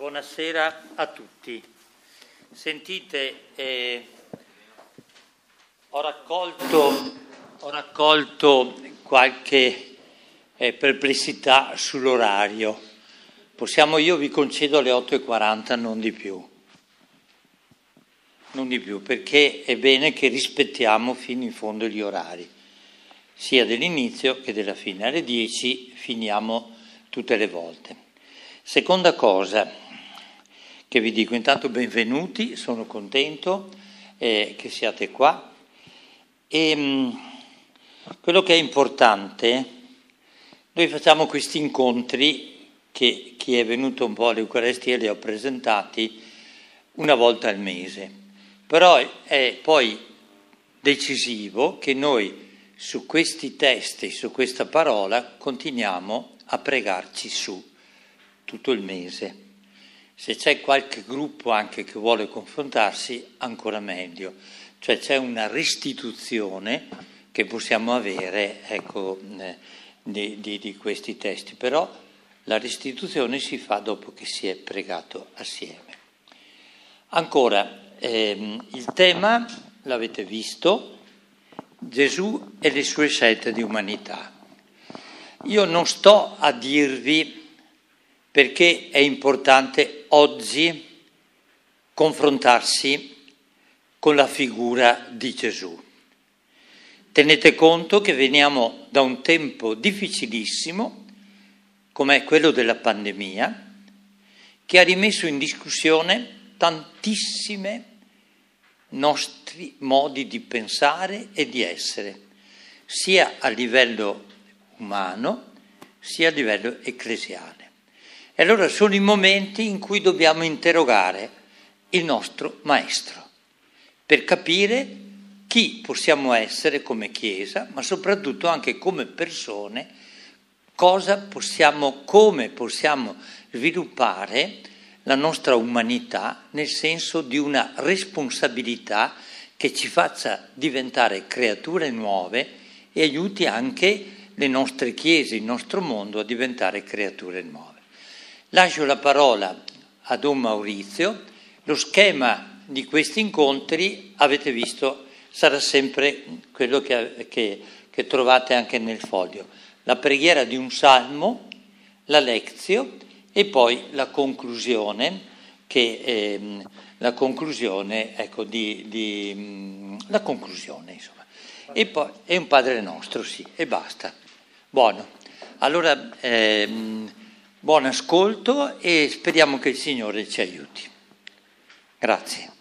Buonasera a tutti. Sentite, ho raccolto qualche perplessità sull'orario. Io vi concedo le 8:40, non di più, perché è bene che rispettiamo fino in fondo gli orari, sia dell'inizio che della fine. Alle 10 finiamo tutte le volte. Seconda cosa che vi dico, intanto benvenuti, sono contento che siate qua. E quello che è importante, noi facciamo questi incontri che chi è venuto un po' all'Eucaristia li ho presentati una volta al mese, però è poi decisivo che noi su questi testi, su questa parola, continuiamo a pregarci su tutto il mese. Se c'è qualche gruppo anche che vuole confrontarsi, ancora meglio. Cioè c'è una restituzione che possiamo avere, di questi testi. Però la restituzione si fa dopo che si è pregato assieme. Ancora, il tema, l'avete visto, Gesù e le sue scelte di umanità. Io non sto a dirvi perché è importante oggi confrontarsi con la figura di Gesù. Tenete conto che veniamo da un tempo difficilissimo, come quello della pandemia, che ha rimesso in discussione tantissimi nostri modi di pensare e di essere, sia a livello umano, sia a livello ecclesiale. E allora sono i momenti in cui dobbiamo interrogare il nostro Maestro, per capire chi possiamo essere come Chiesa, ma soprattutto anche come persone, come possiamo sviluppare la nostra umanità nel senso di una responsabilità che ci faccia diventare creature nuove e aiuti anche le nostre chiese, il nostro mondo a diventare creature nuove. Lascio la parola a Don Maurizio. Lo schema di questi incontri, avete visto, sarà sempre quello che trovate anche nel foglio. La preghiera di un salmo, la lezio e poi la conclusione, la conclusione insomma. E poi è un Padre Nostro, sì, e basta. Buono. Allora, buon ascolto e speriamo che il Signore ci aiuti. Grazie.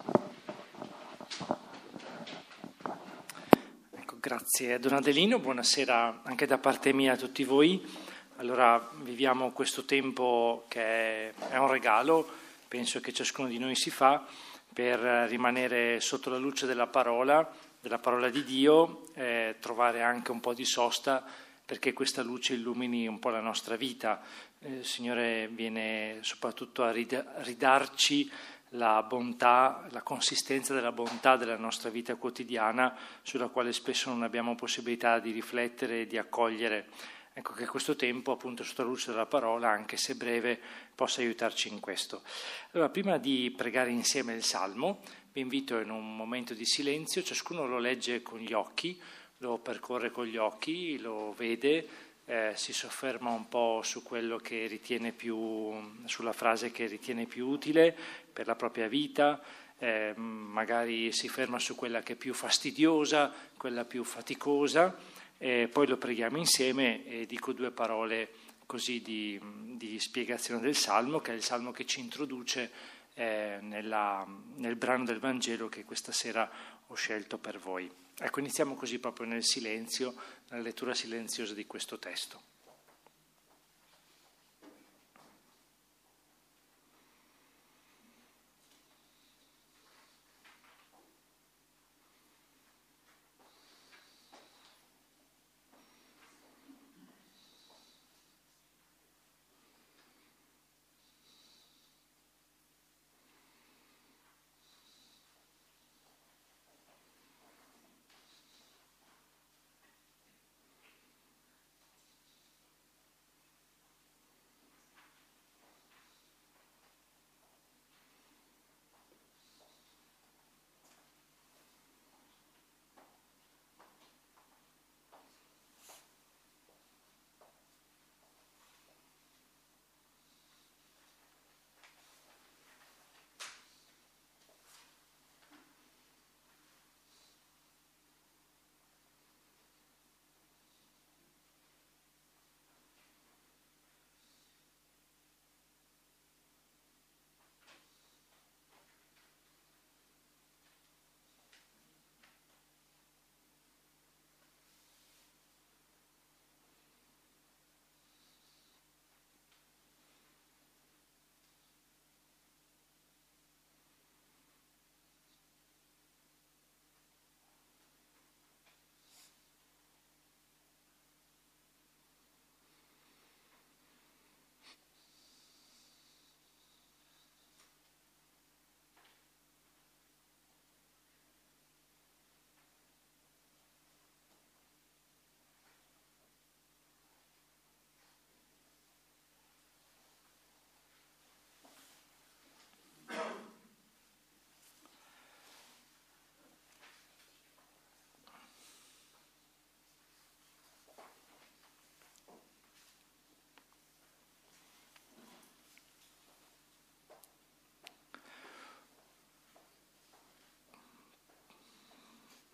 Grazie Don Adelino, buonasera anche da parte mia a tutti voi. Allora viviamo questo tempo che è un regalo, penso che ciascuno di noi si fa, per rimanere sotto la luce della parola di Dio, trovare anche un po' di sosta perché questa luce illumini un po' la nostra vita. Il Signore viene soprattutto a ridarci la bontà, la consistenza della bontà della nostra vita quotidiana, sulla quale spesso non abbiamo possibilità di riflettere e di accogliere. Ecco che questo tempo, appunto, sotto la luce della parola, anche se breve, possa aiutarci in questo. Allora, prima di pregare insieme il Salmo, vi invito in un momento di silenzio, ciascuno lo legge con gli occhi, lo percorre con gli occhi, lo vede, si sofferma un po' su quello che ritiene sulla frase che ritiene più utile per la propria vita, magari si ferma su quella che è più fastidiosa, quella più faticosa, poi lo preghiamo insieme e dico 2 parole così di spiegazione del Salmo, che è il Salmo che ci introduce nel brano del Vangelo che questa sera ho scelto per voi. Ecco, iniziamo così proprio nel silenzio, nella lettura silenziosa di questo testo.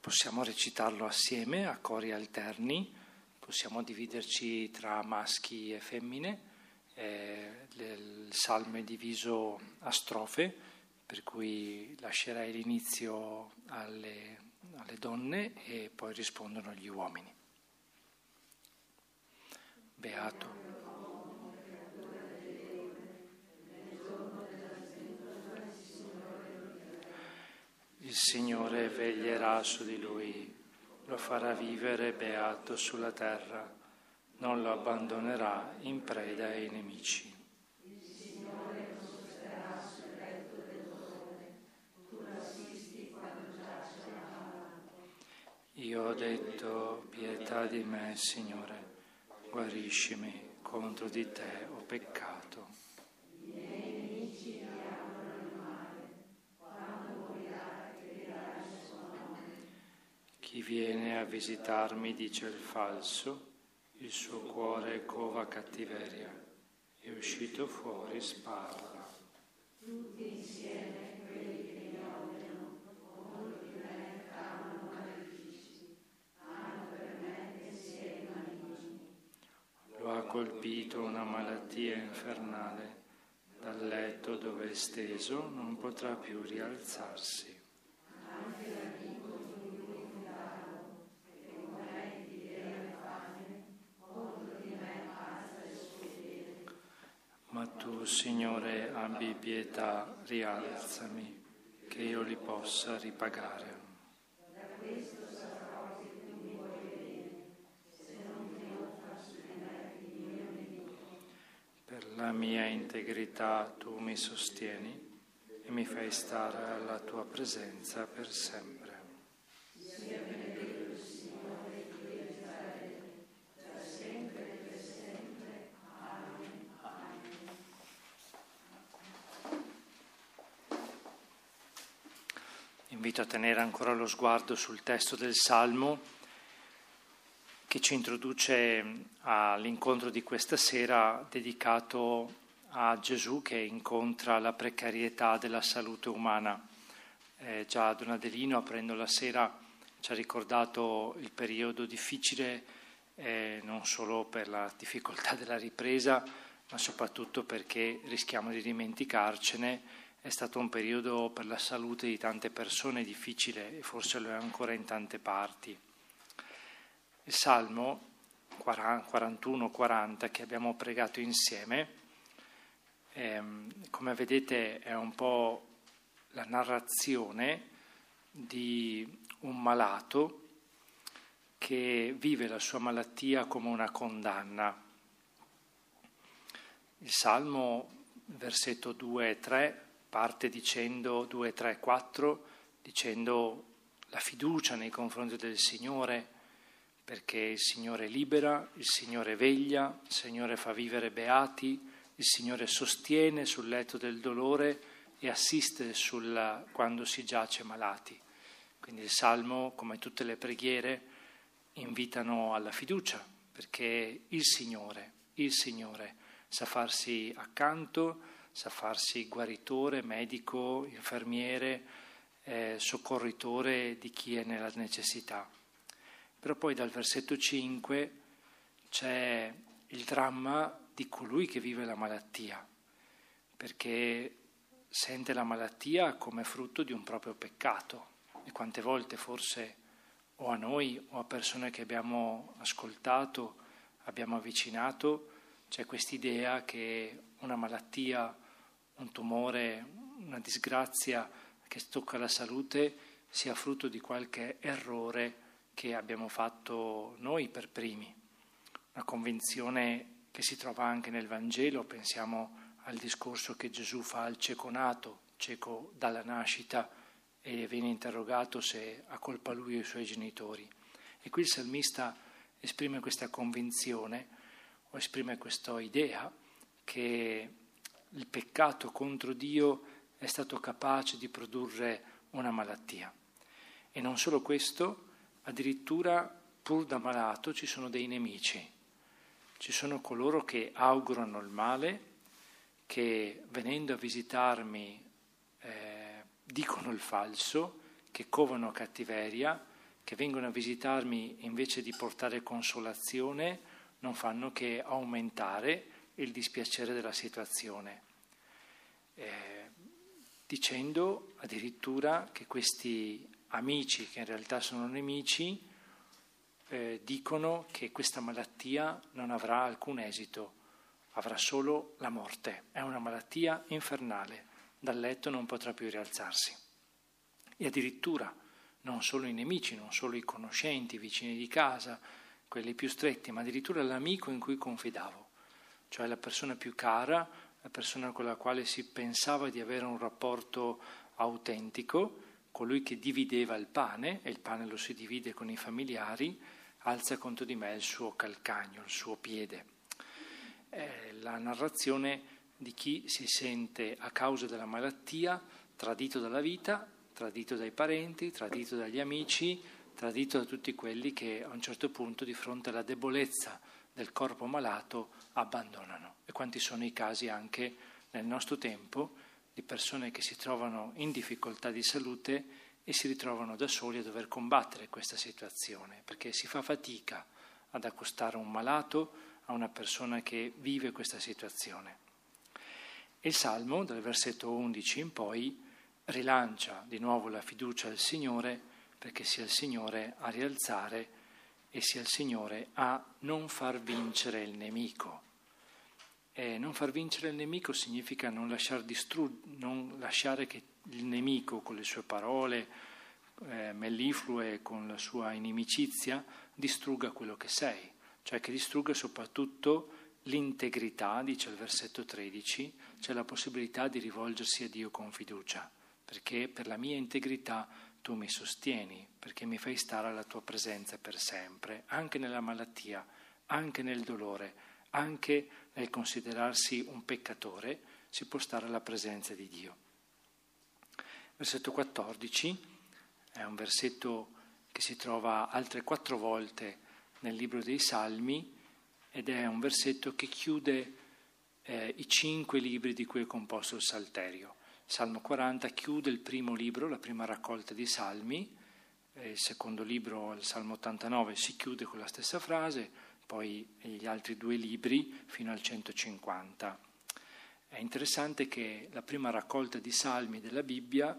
Possiamo recitarlo assieme a cori alterni, possiamo dividerci tra maschi e femmine, il salmo è diviso a strofe, per cui lascerei l'inizio alle donne e poi rispondono gli uomini. Beato. Il Signore veglierà su di lui, lo farà vivere beato sulla terra, non lo abbandonerà in preda ai nemici. Il Signore lo sosterrà sul letto del dolore, tu lo assisti quando giace malato. Io ho detto, pietà di me, Signore, guariscimi, contro di te ho peccato. I miei nemici mi augurano il male, quando morirà crederà il suo nome. Chi viene a visitarmi dice il falso, il suo cuore cova cattiveria, è uscito fuori sparla. Tutti insieme quelli che mi odiano, contro di me tramano malefici, hanno per me pensieri maligni. Lo ha colpito una malattia infernale, dal letto dove è steso non potrà più rialzarsi. Anche l'amico di cui fidavo, che con me divideva le fame, contro di me alza il suo piede. Ma tu, Signore, abbi pietà, rialzami, che io li possa ripagare. Da questo saprò che tu mi vuoi bene, se non trionfa su di me il mio nemico. Per la mia integrità tu mi sostieni e mi fai stare alla tua presenza per sempre. Sia benedetto il Signore, Dio di Israele, da sempre e per sempre. Amen. Amen. Invito a tenere ancora lo sguardo sul testo del Salmo che ci introduce all'incontro di questa sera dedicato a Gesù che incontra la precarietà della salute umana. Già Don Adelino, aprendo la sera, ci ha ricordato il periodo difficile, non solo per la difficoltà della ripresa, ma soprattutto perché rischiamo di dimenticarcene. È stato un periodo per la salute di tante persone difficile e forse lo è ancora in tante parti. Il Salmo 41-40 che abbiamo pregato insieme, come vedete è un po' la narrazione di un malato che vive la sua malattia come una condanna. Il Salmo, versetto 2 e 3, parte dicendo 2, 3, 4, dicendo la fiducia nei confronti del Signore, perché il Signore libera, il Signore veglia, il Signore fa vivere beati, il Signore sostiene sul letto del dolore e assiste quando si giace malati. Quindi il Salmo, come tutte le preghiere, invitano alla fiducia, perché il Signore sa farsi accanto, sa farsi guaritore, medico, infermiere, soccorritore di chi è nella necessità. Però poi dal versetto 5 c'è il dramma di colui che vive la malattia, perché sente la malattia come frutto di un proprio peccato. E quante volte forse o a noi o a persone che abbiamo ascoltato, abbiamo avvicinato, c'è quest'idea che una malattia, un tumore, una disgrazia che tocca la salute sia frutto di qualche errore che abbiamo fatto noi per primi. Una convinzione che si trova anche nel Vangelo, pensiamo al discorso che Gesù fa al cieco nato, cieco dalla nascita, e viene interrogato se ha colpa lui o i suoi genitori. E qui il salmista esprime questa convinzione, o esprime questa idea che il peccato contro Dio è stato capace di produrre una malattia. E non solo questo, addirittura pur da malato ci sono dei nemici, ci sono coloro che augurano il male, che venendo a visitarmi dicono il falso, che covano cattiveria, che vengono a visitarmi invece di portare consolazione non fanno che aumentare il dispiacere della situazione, dicendo addirittura che questi amici, che in realtà sono nemici, dicono che questa malattia non avrà alcun esito, avrà solo la morte, è una malattia infernale, dal letto non potrà più rialzarsi. E addirittura non solo i nemici, non solo i conoscenti, i vicini di casa, quelli più stretti, ma addirittura l'amico in cui confidavo, cioè la persona più cara, la persona con la quale si pensava di avere un rapporto autentico, colui che divideva il pane, e il pane lo si divide con i familiari, alza contro di me il suo calcagno, il suo piede. È la narrazione di chi si sente a causa della malattia tradito dalla vita, tradito dai parenti, tradito dagli amici, tradito da tutti quelli che a un certo punto di fronte alla debolezza del corpo malato abbandonano. E quanti sono i casi anche nel nostro tempo di persone che si trovano in difficoltà di salute e si ritrovano da soli a dover combattere questa situazione, perché si fa fatica ad accostare un malato a una persona che vive questa situazione. E il Salmo, dal versetto 11 in poi, rilancia di nuovo la fiducia al Signore, perché sia il Signore a rialzare e sia il Signore a non far vincere il nemico. E non far vincere il nemico significa non lasciare che il nemico con le sue parole melliflue, con la sua inimicizia, distrugga quello che sei, cioè che distrugga soprattutto l'integrità, dice il versetto 13, c'è la possibilità di rivolgersi a Dio con fiducia, perché per la mia integrità tu mi sostieni, perché mi fai stare alla tua presenza per sempre, anche nella malattia, anche nel dolore, anche nel considerarsi un peccatore, si può stare alla presenza di Dio. Versetto 14 è un versetto che si trova altre 4 volte nel libro dei Salmi ed è un versetto che chiude i 5 libri di cui è composto il Salterio. Salmo 40 chiude il primo libro, la prima raccolta di Salmi, il secondo libro, il Salmo 89, si chiude con la stessa frase, poi gli altri 2 libri fino al 150. È interessante che la prima raccolta di Salmi della Bibbia,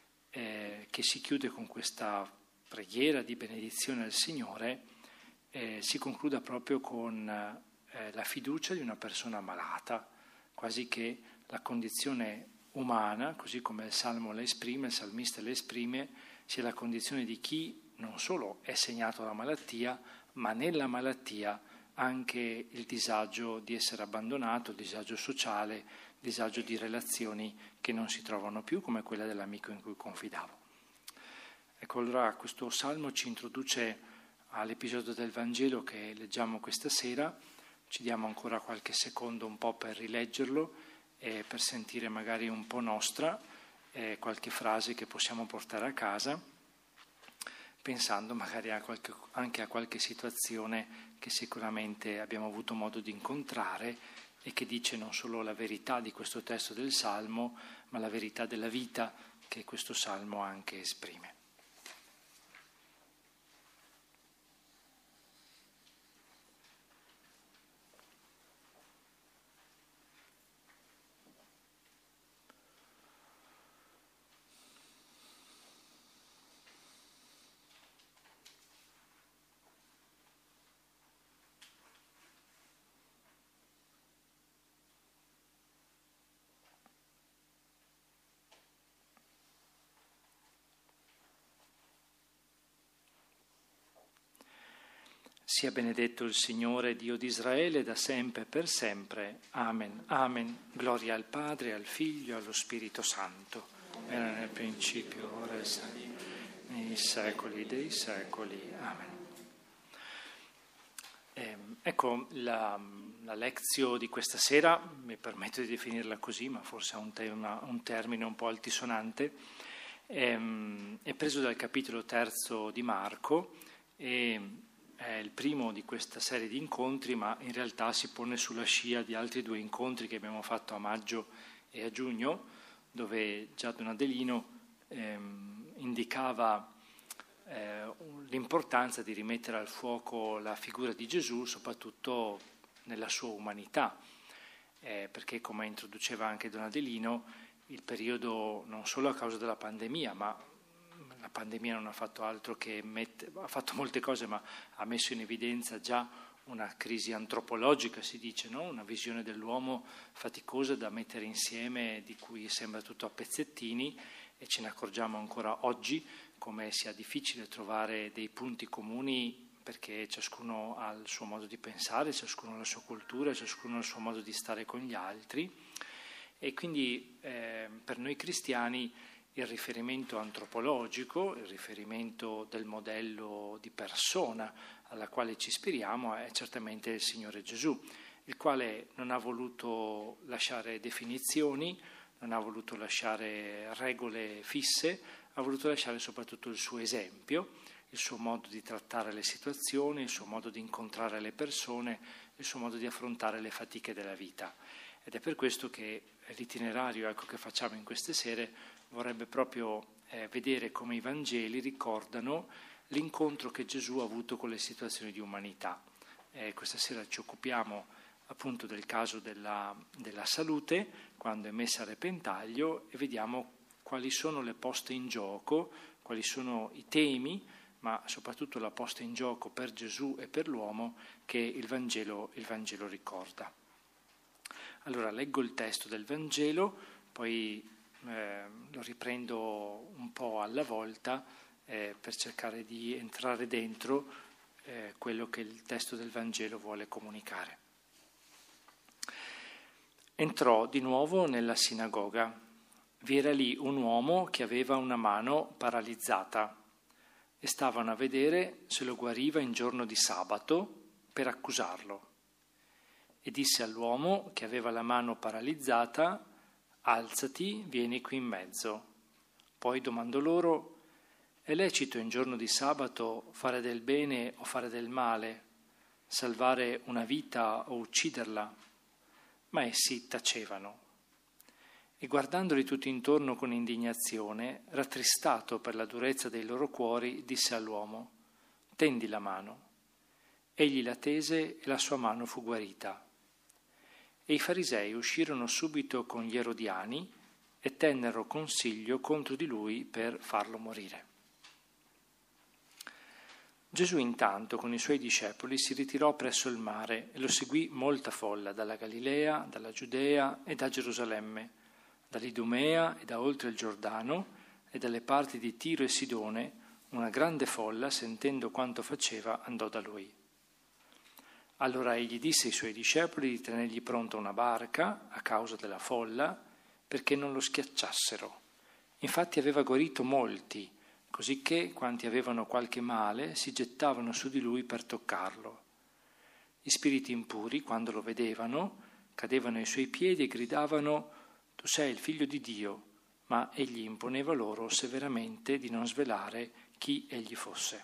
che si chiude con questa preghiera di benedizione al Signore, si concluda proprio con la fiducia di una persona malata, quasi che la condizione umana, così come il Salmo la esprime, il salmista la esprime, sia la condizione di chi non solo è segnato dalla malattia, ma nella malattia anche il disagio di essere abbandonato, il disagio sociale, il disagio di relazioni che non si trovano più, come quella dell'amico in cui confidavo. Ecco, allora questo Salmo ci introduce all'episodio del Vangelo che leggiamo questa sera, ci diamo ancora qualche secondo un po' per rileggerlo e per sentire magari un po' nostra qualche frase che possiamo portare a casa, pensando magari anche a qualche situazione che sicuramente abbiamo avuto modo di incontrare e che dice non solo la verità di questo testo del Salmo, ma la verità della vita che questo Salmo anche esprime. Sia benedetto il Signore, Dio di Israele, da sempre e per sempre. Amen. Amen. Gloria al Padre, al Figlio e allo Spirito Santo. Era nel principio, ora e sempre, nei secoli dei secoli. Amen. Ecco, la lezione di questa sera, mi permetto di definirla così, ma forse ha un termine un po' altisonante, è preso dal capitolo 3 di Marco e è il primo di questa serie di incontri, ma in realtà si pone sulla scia di altri 2 incontri che abbiamo fatto a maggio e a giugno, dove già Don Adelino indicava l'importanza di rimettere al fuoco la figura di Gesù, soprattutto nella sua umanità, perché, come introduceva anche Don Adelino, il periodo, non solo a causa della pandemia, ma la pandemia non ha fatto altro che ha fatto molte cose, ma ha messo in evidenza già una crisi antropologica, si dice, no? Una visione dell'uomo faticosa da mettere insieme, di cui sembra tutto a pezzettini, e ce ne accorgiamo ancora oggi come sia difficile trovare dei punti comuni, perché ciascuno ha il suo modo di pensare, ciascuno ha la sua cultura, ciascuno ha il suo modo di stare con gli altri, e quindi per noi cristiani il riferimento antropologico, il riferimento del modello di persona alla quale ci ispiriamo è certamente il Signore Gesù, il quale non ha voluto lasciare definizioni, non ha voluto lasciare regole fisse, ha voluto lasciare soprattutto il suo esempio, il suo modo di trattare le situazioni, il suo modo di incontrare le persone, il suo modo di affrontare le fatiche della vita. Ed è per questo che l'itinerario che facciamo in queste sere vorrebbe proprio vedere come i Vangeli ricordano l'incontro che Gesù ha avuto con le situazioni di umanità. Questa sera ci occupiamo appunto del caso della salute, quando è messa a repentaglio, e vediamo quali sono le poste in gioco, quali sono i temi, ma soprattutto la posta in gioco per Gesù e per l'uomo che il Vangelo ricorda. Allora leggo il testo del Vangelo, poi lo riprendo un po' alla volta per cercare di entrare dentro quello che il testo del Vangelo vuole comunicare. Entrò di nuovo nella sinagoga. Vi era lì un uomo che aveva una mano paralizzata e stavano a vedere se lo guariva in giorno di sabato per accusarlo. E disse all'uomo che aveva la mano paralizzata: alzati, vieni qui in mezzo. Poi domandò loro: è lecito in giorno di sabato fare del bene o fare del male, salvare una vita o ucciderla? Ma essi tacevano. E guardandoli tutti intorno con indignazione, rattristato per la durezza dei loro cuori, disse all'uomo: tendi la mano. Egli la tese e la sua mano fu guarita. E i farisei uscirono subito con gli erodiani e tennero consiglio contro di lui per farlo morire. Gesù intanto con i suoi discepoli si ritirò presso il mare e lo seguì molta folla dalla Galilea, dalla Giudea e da Gerusalemme, dall'Idumea e da oltre il Giordano e dalle parti di Tiro e Sidone. Una grande folla, sentendo quanto faceva, andò da lui. Allora egli disse ai suoi discepoli di tenergli pronta una barca a causa della folla, perché non lo schiacciassero. Infatti aveva guarito molti, cosicché quanti avevano qualche male si gettavano su di lui per toccarlo. Gli spiriti impuri, quando lo vedevano, cadevano ai suoi piedi e gridavano: tu sei il figlio di Dio, ma egli imponeva loro severamente di non svelare chi egli fosse.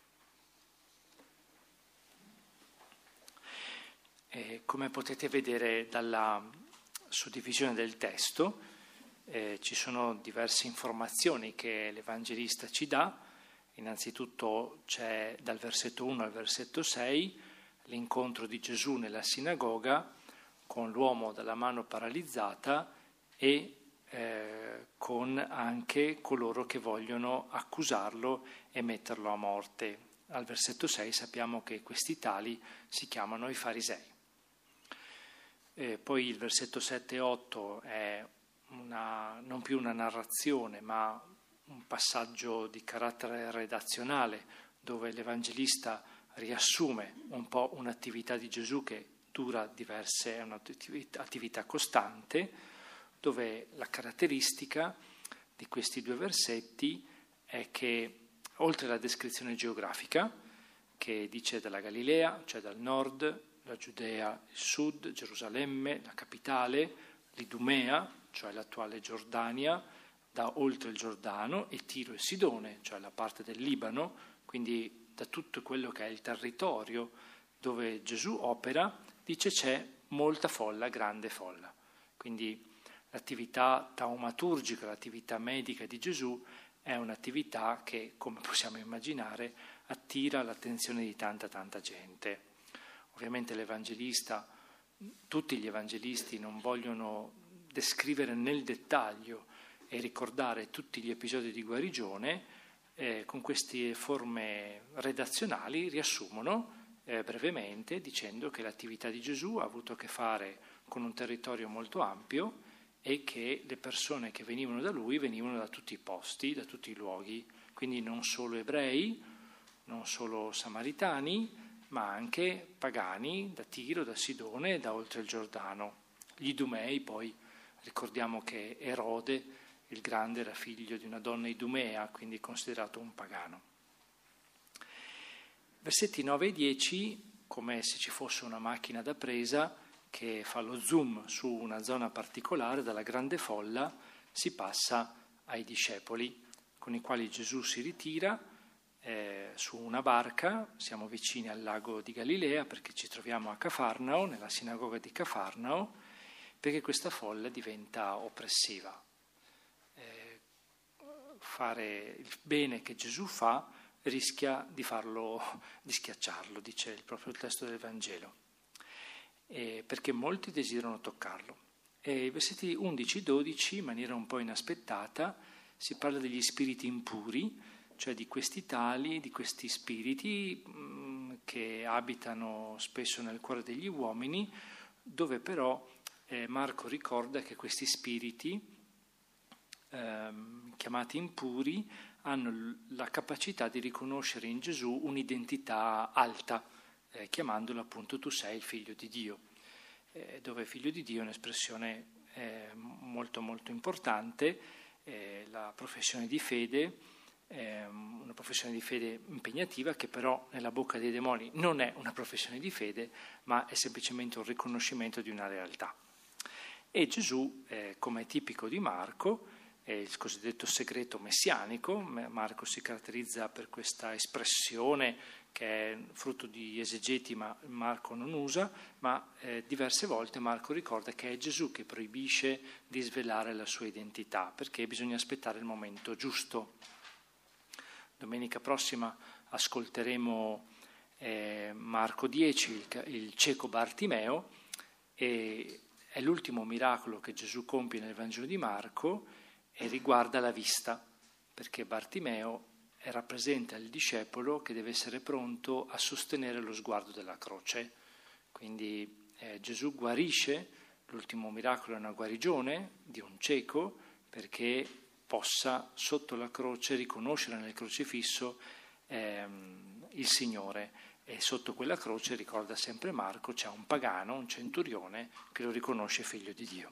E come potete vedere dalla suddivisione del testo, ci sono diverse informazioni che l'Evangelista ci dà. Innanzitutto c'è dal versetto 1 al versetto 6 l'incontro di Gesù nella sinagoga con l'uomo dalla mano paralizzata e con anche coloro che vogliono accusarlo e metterlo a morte. Al versetto 6 sappiamo che questi tali si chiamano i farisei. Poi il versetto 7 e 8 è non più una narrazione, ma un passaggio di carattere redazionale, dove l'Evangelista riassume un po' un'attività di Gesù che dura diverse, è un'attività costante, dove la caratteristica di questi due versetti è che, oltre alla descrizione geografica, che dice dalla Galilea, cioè dal nord, la Giudea, il sud, Gerusalemme, la capitale, l'Idumea, cioè l'attuale Giordania, da oltre il Giordano, e Tiro e Sidone, cioè la parte del Libano, quindi da tutto quello che è il territorio dove Gesù opera, dice c'è molta folla, grande folla. Quindi l'attività taumaturgica, l'attività medica di Gesù è un'attività che, come possiamo immaginare, attira l'attenzione di tanta gente. Ovviamente l'Evangelista, tutti gli Evangelisti non vogliono descrivere nel dettaglio e ricordare tutti gli episodi di guarigione, con queste forme redazionali riassumono brevemente dicendo che l'attività di Gesù ha avuto a che fare con un territorio molto ampio e che le persone che venivano da lui venivano da tutti i posti, da tutti i luoghi, quindi non solo ebrei, non solo samaritani, ma anche pagani da Tiro, da Sidone e da oltre il Giordano. Gli Idumei, poi ricordiamo che Erode il Grande era figlio di una donna idumea, quindi considerato un pagano. Versetti 9 e 10, come se ci fosse una macchina da presa che fa lo zoom su una zona particolare, dalla grande folla si passa ai discepoli, con i quali Gesù si ritira su una barca. Siamo vicini al lago di Galilea perché ci troviamo a Cafarnao, nella sinagoga di Cafarnao, perché questa folla diventa oppressiva. Fare il bene che Gesù fa rischia di schiacciarlo, dice proprio il testo del Vangelo, perché molti desiderano toccarlo. E i versetti 11-12, in maniera un po' inaspettata, si parla degli spiriti impuri, cioè di questi spiriti che abitano spesso nel cuore degli uomini, dove però Marco ricorda che questi spiriti chiamati impuri hanno la capacità di riconoscere in Gesù un'identità alta, chiamandolo appunto tu sei il figlio di Dio, dove figlio di Dio è un'espressione molto molto importante. La professione di fede è una professione di fede impegnativa, che però nella bocca dei demoni non è una professione di fede, ma è semplicemente un riconoscimento di una realtà. E Gesù, come è tipico di Marco, è il cosiddetto segreto messianico. Marco si caratterizza per questa espressione che è frutto di esegeti, ma Marco non usa, ma diverse volte Marco ricorda che è Gesù che proibisce di svelare la sua identità, perché bisogna aspettare il momento giusto. Domenica prossima ascolteremo Marco 10, il cieco Bartimeo, e è l'ultimo miracolo che Gesù compie nel Vangelo di Marco e riguarda la vista, perché Bartimeo rappresenta il discepolo che deve essere pronto a sostenere lo sguardo della croce. Quindi Gesù guarisce, l'ultimo miracolo è una guarigione di un cieco, perché possa sotto la croce riconoscere nel crocifisso il Signore, e sotto quella croce, ricorda sempre Marco, c'è un pagano, un centurione, che lo riconosce figlio di Dio.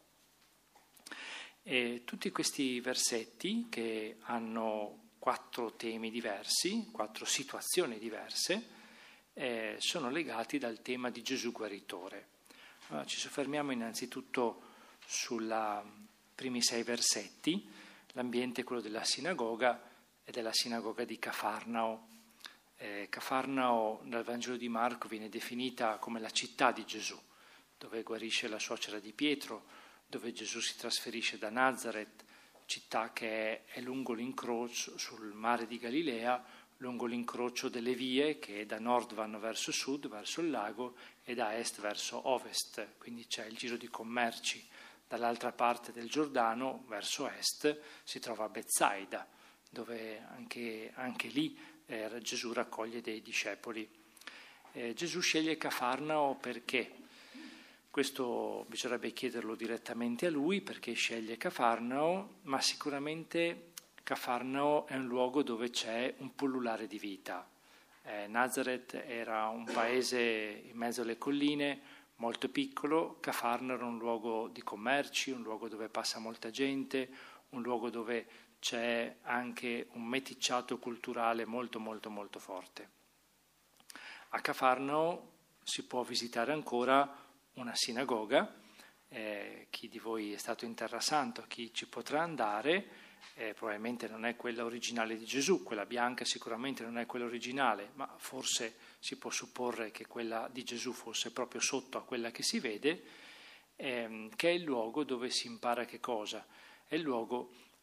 E tutti questi versetti, che hanno 4 temi diversi, 4 situazioni diverse, sono legati dal tema di Gesù guaritore. Allora, ci soffermiamo innanzitutto sui primi 6 versetti. L'ambiente è quello della sinagoga, e della sinagoga di Cafarnao. Cafarnao dal Vangelo di Marco viene definita come la città di Gesù, dove guarisce la suocera di Pietro, dove Gesù si trasferisce da Nazaret, città che è lungo l'incrocio sul mare di Galilea, lungo l'incrocio delle vie che da nord vanno verso sud, verso il lago, e da est verso ovest, quindi c'è il giro di commerci. Dall'altra parte del Giordano, verso est, si trova Betsaida, dove anche lì Gesù raccoglie dei discepoli. Gesù sceglie Cafarnao perché? Questo bisognerebbe chiederlo direttamente a lui, perché sceglie Cafarnao, ma sicuramente Cafarnao è un luogo dove c'è un pullulare di vita. Nazaret era un paese in mezzo alle colline, molto piccolo. Cafarnao era un luogo di commerci, un luogo dove passa molta gente, un luogo dove c'è anche un meticciato culturale molto molto molto forte. A Cafarnao si può visitare ancora una sinagoga, chi di voi è stato in Terra Santa, chi ci potrà andare, probabilmente non è quella originale di Gesù, quella bianca sicuramente non è quella originale, ma forse si può supporre che quella di Gesù fosse proprio sotto a quella che si vede, che è il luogo dove si impara che cosa? È il luogo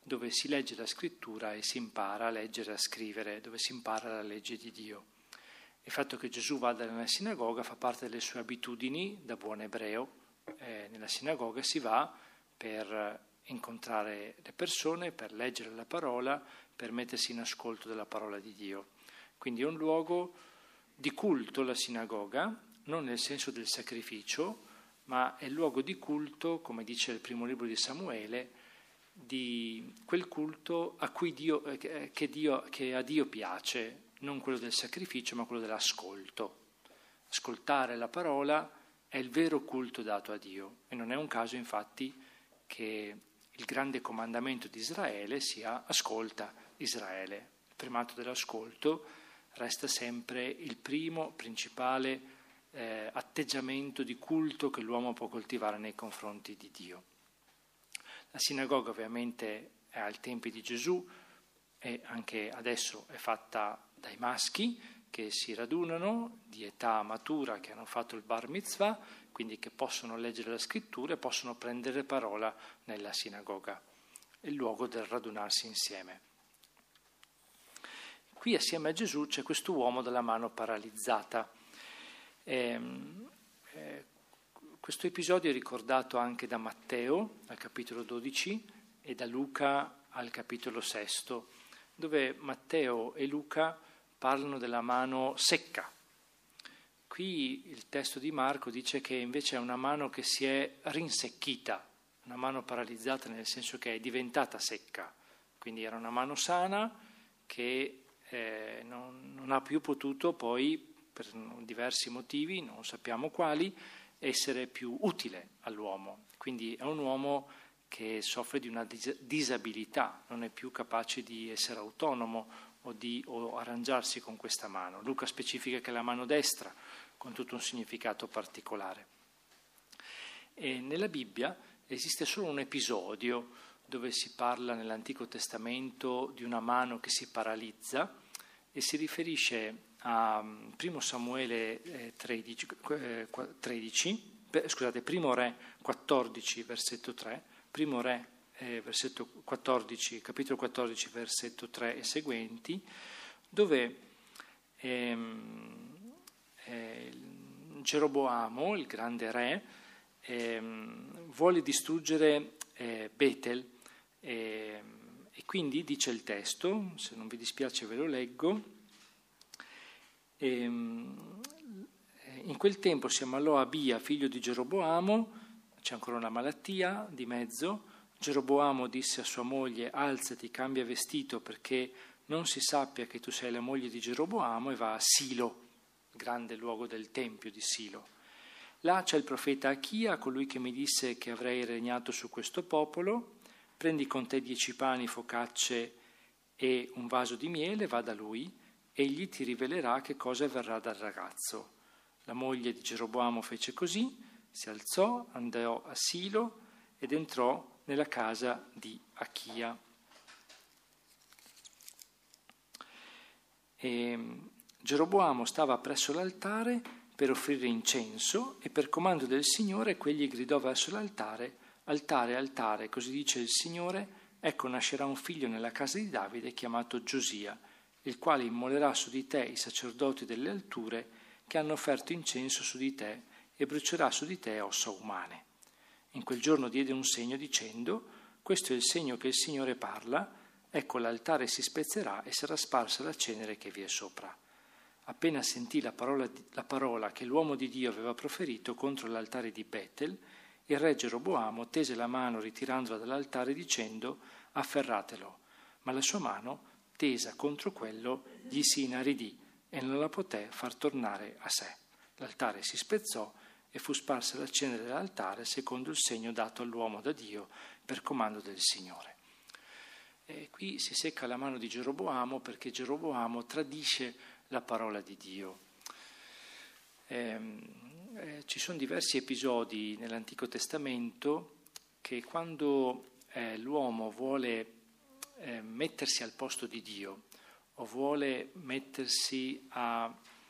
dove si legge la scrittura e si impara a leggere e a scrivere, dove si impara la legge di Dio. Il fatto che Gesù vada nella sinagoga fa parte delle sue abitudini da buon ebreo. Nella sinagoga si va per incontrare le persone, per leggere la parola, per mettersi in ascolto della parola di Dio. Quindi è un luogo di culto la sinagoga, non nel senso del sacrificio, ma è il luogo di culto, come dice il primo libro di Samuele, di quel culto a cui che a Dio piace, non quello del sacrificio, ma quello dell'ascolto. Ascoltare la parola è il vero culto dato a Dio, e non è un caso infatti che il grande comandamento di Israele sia ascolta Israele. Il primato dell'ascolto resta sempre il primo, principale atteggiamento di culto che l'uomo può coltivare nei confronti di Dio. La sinagoga ovviamente è ai tempi di Gesù e anche adesso è fatta dai maschi che si radunano di età matura, che hanno fatto il bar mitzvah, quindi che possono leggere la scrittura e possono prendere parola nella sinagoga, il luogo del radunarsi insieme. Qui assieme a Gesù c'è questo uomo dalla mano paralizzata. Questo episodio è ricordato anche da Matteo al capitolo 12 e da Luca al capitolo 6, dove Matteo e Luca parlano della mano secca. Qui il testo di Marco dice che invece è una mano che si è rinsecchita, una mano paralizzata nel senso che è diventata secca, quindi era una mano sana che non ha più potuto poi, per diversi motivi, non sappiamo quali, essere più utile all'uomo. Quindi è un uomo che soffre di una disabilità, non è più capace di essere autonomo o arrangiarsi con questa mano. Luca specifica che è la mano destra, con tutto un significato particolare. E nella Bibbia esiste solo un episodio dove si parla nell'Antico Testamento di una mano che si paralizza e si riferisce a 1 Samuele 1 Re 14, versetto 3, 1 Re versetto 14, capitolo 14, versetto 3 e seguenti, dove Geroboamo, il grande re, vuole distruggere Betel e quindi dice il testo, se non vi dispiace ve lo leggo, in quel tempo si ammalò Abia, figlio di Geroboamo, c'è ancora una malattia di mezzo. Geroboamo disse a sua moglie: alzati, cambia vestito perché non si sappia che tu sei la moglie di Geroboamo, e va a Silo, il grande luogo del tempio di Silo. Là c'è il profeta Achia, colui che mi disse che avrei regnato su questo popolo. Prendi con te 10 pani, focacce e un vaso di miele, va da lui, egli ti rivelerà che cosa avverrà dal ragazzo. La moglie di Geroboamo fece così, si alzò, andò a Silo ed entrò nella casa di Achia. Geroboamo stava presso l'altare per offrire incenso e per comando del Signore quegli gridò verso l'altare: altare, altare, così dice il Signore, ecco nascerà un figlio nella casa di Davide chiamato Giosia, il quale immolerà su di te i sacerdoti delle alture che hanno offerto incenso su di te e brucerà su di te ossa umane. In quel giorno diede un segno dicendo: questo è il segno che il Signore parla, ecco l'altare si spezzerà e sarà sparsa la cenere che vi è sopra. Appena sentì la parola che l'uomo di Dio aveva proferito contro l'altare di Betel, il re Geroboamo tese la mano ritirandola dall'altare dicendo: afferratelo. Ma la sua mano, tesa contro quello, gli si inaridì e non la poté far tornare a sé. L'altare si spezzò e fu sparsa la cenere dell'altare secondo il segno dato all'uomo da Dio per comando del Signore. E qui si secca la mano di Geroboamo perché Geroboamo tradisce la parola di Dio. Ci sono diversi episodi nell'Antico Testamento che quando l'uomo vuole mettersi al posto di Dio o vuole mettersi a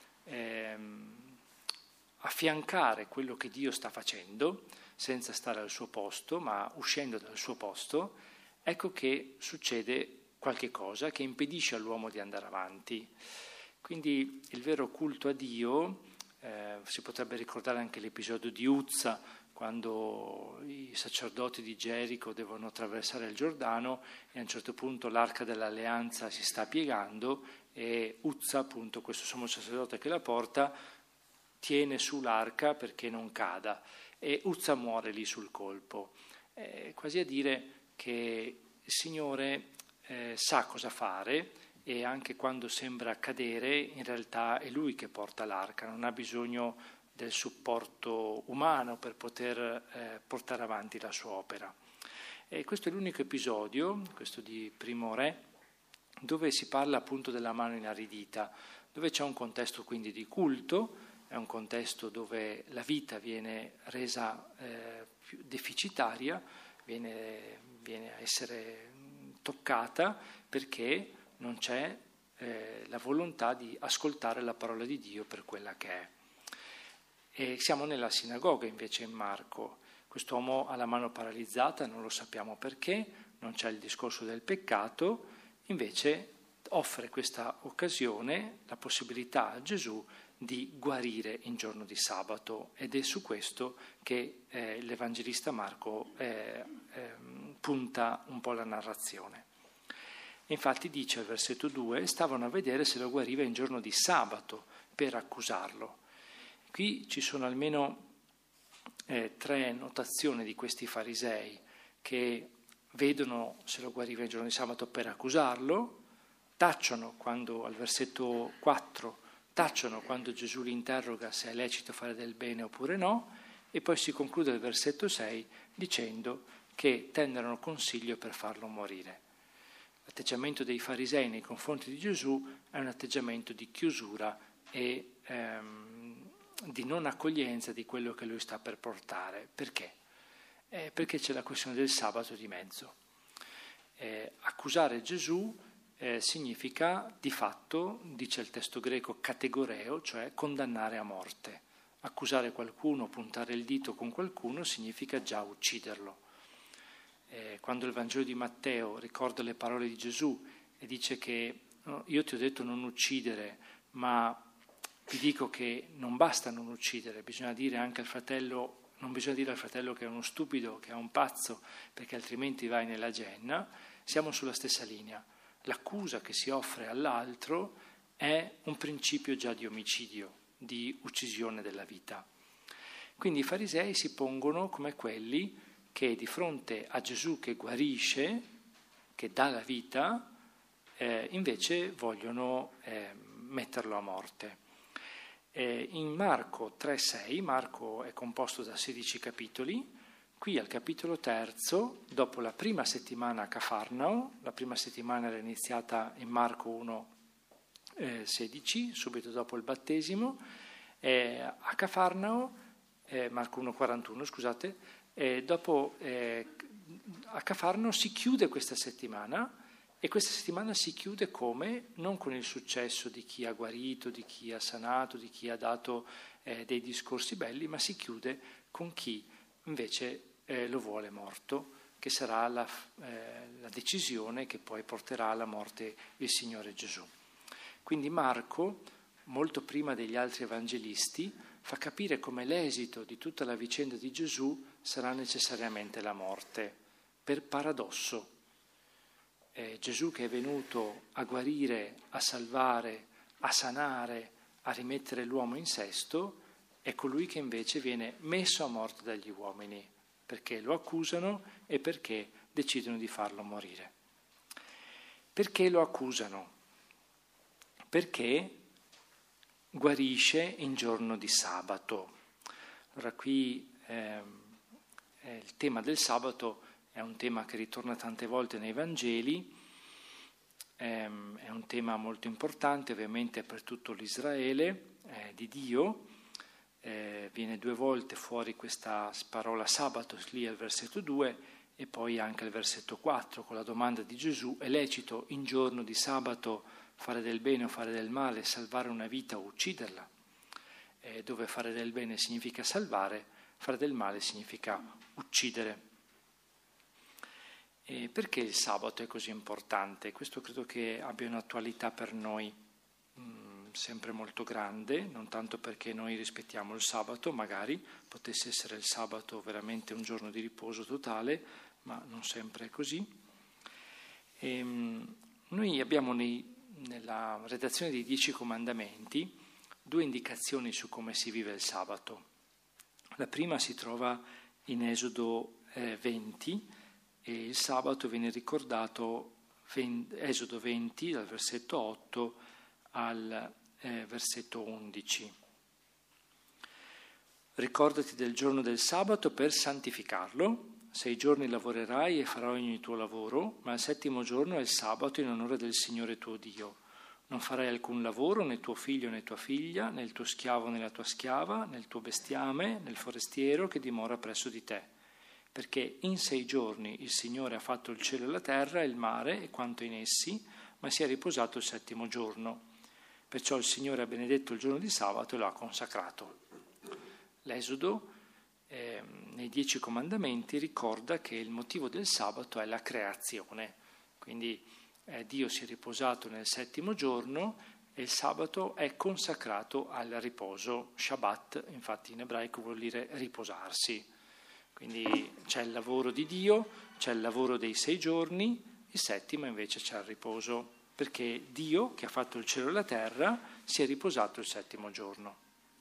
affiancare quello che Dio sta facendo senza stare al suo posto ma uscendo dal suo posto, ecco che succede qualche cosa che impedisce all'uomo di andare avanti. Quindi il vero culto a Dio, si potrebbe ricordare anche l'episodio di Uzza, quando i sacerdoti di Gerico devono attraversare il Giordano e a un certo punto l'arca dell'alleanza si sta piegando e Uzza, appunto questo sommo sacerdote che la porta, tiene su l'arca perché non cada e Uzza muore lì sul colpo. Quasi a dire che il Signore sa cosa fare e anche quando sembra cadere in realtà è Lui che porta l'arca, non ha bisogno del supporto umano per poter portare avanti la sua opera. E questo è l'unico episodio, questo di Primo Re, dove si parla appunto della mano inaridita, dove c'è un contesto quindi di culto, è un contesto dove la vita viene resa più deficitaria, viene a essere toccata perché non c'è la volontà di ascoltare la parola di Dio per quella che è. E siamo nella sinagoga invece in Marco. Quest'uomo ha la mano paralizzata, non lo sappiamo perché, non c'è il discorso del peccato, invece offre questa occasione, la possibilità a Gesù di guarire in giorno di sabato ed è su questo che l'Evangelista Marco punta un po' la narrazione. Infatti dice al versetto 2, stavano a vedere se lo guariva in giorno di sabato per accusarlo. Qui ci sono almeno 3 notazioni di questi farisei che vedono se lo guariva in giorno di sabato per accusarlo, tacciono quando, al versetto 4, tacciono quando Gesù li interroga se è lecito fare del bene oppure no, e poi si conclude il versetto 6 dicendo che tennero consiglio per farlo morire. L'atteggiamento dei farisei nei confronti di Gesù è un atteggiamento di chiusura e di non accoglienza di quello che lui sta per portare. Perché? Perché c'è la questione del sabato di mezzo. Accusare Gesù significa di fatto, dice il testo greco, categoreo, cioè condannare a morte. Accusare qualcuno, puntare il dito con qualcuno significa già ucciderlo. Quando il Vangelo di Matteo ricorda le parole di Gesù e dice che io ti ho detto non uccidere, ma vi dico che non basta non uccidere, bisogna dire anche al fratello, non bisogna dire al fratello che è uno stupido, che è un pazzo, perché altrimenti vai nella genna, siamo sulla stessa linea. L'accusa che si offre all'altro è un principio già di omicidio, di uccisione della vita. Quindi i farisei si pongono come quelli che di fronte a Gesù che guarisce, che dà la vita, invece vogliono metterlo a morte. In Marco 3,6, Marco è composto da 16 capitoli, qui al capitolo 3, dopo la prima settimana a Cafarnao, la prima settimana era iniziata in Marco 1,16, subito dopo il battesimo, a Cafarnao, Marco 1,41, scusate, a Cafarnao si chiude questa settimana. E questa settimana si chiude come? Non con il successo di chi ha guarito, di chi ha sanato, di chi ha dato dei discorsi belli, ma si chiude con chi invece lo vuole morto, che sarà la decisione che poi porterà alla morte il Signore Gesù. Quindi Marco, molto prima degli altri evangelisti, fa capire come l'esito di tutta la vicenda di Gesù sarà necessariamente la morte, per paradosso. Gesù che è venuto a guarire, a salvare, a sanare, a rimettere l'uomo in sesto, è colui che invece viene messo a morte dagli uomini, perché lo accusano e perché decidono di farlo morire. Perché lo accusano? Perché guarisce in giorno di sabato. Allora qui il tema del sabato è un tema che ritorna tante volte nei Vangeli, è un tema molto importante ovviamente per tutto l'Israele di Dio, viene 2 volte fuori questa parola sabato lì al versetto 2 e poi anche al versetto 4 con la domanda di Gesù: è lecito in giorno di sabato fare del bene o fare del male, salvare una vita o ucciderla? Dove fare del bene significa salvare, fare del male significa uccidere. E perché il sabato è così importante? Questo credo che abbia un'attualità per noi sempre molto grande, non tanto perché noi rispettiamo il sabato, magari potesse essere il sabato veramente un giorno di riposo totale, ma non sempre è così. Noi abbiamo nella redazione dei 10 comandamenti 2 indicazioni su come si vive il sabato. La prima si trova in Esodo 20 e il sabato viene ricordato Esodo 20 dal versetto 8 al versetto 11. Ricordati del giorno del sabato per santificarlo. 6 giorni lavorerai e farai ogni tuo lavoro, ma il 7° giorno è il sabato in onore del Signore tuo Dio. Non farai alcun lavoro, né tuo figlio né tua figlia, né il tuo schiavo né la tua schiava, né il tuo bestiame, né il forestiero che dimora presso di te. Perché in 6 giorni il Signore ha fatto il cielo e la terra, il mare e quanto in essi, ma si è riposato il 7° giorno. Perciò il Signore ha benedetto il giorno di sabato e lo ha consacrato. L'Esodo, nei 10 comandamenti, ricorda che il motivo del sabato è la creazione. Quindi Dio si è riposato nel 7° giorno e il sabato è consacrato al riposo. Shabbat, infatti in ebraico vuol dire riposarsi. Quindi c'è il lavoro di Dio, c'è il lavoro dei 6 giorni, il 7° invece c'è il riposo, perché Dio, che ha fatto il cielo e la terra, si è riposato il 7° giorno.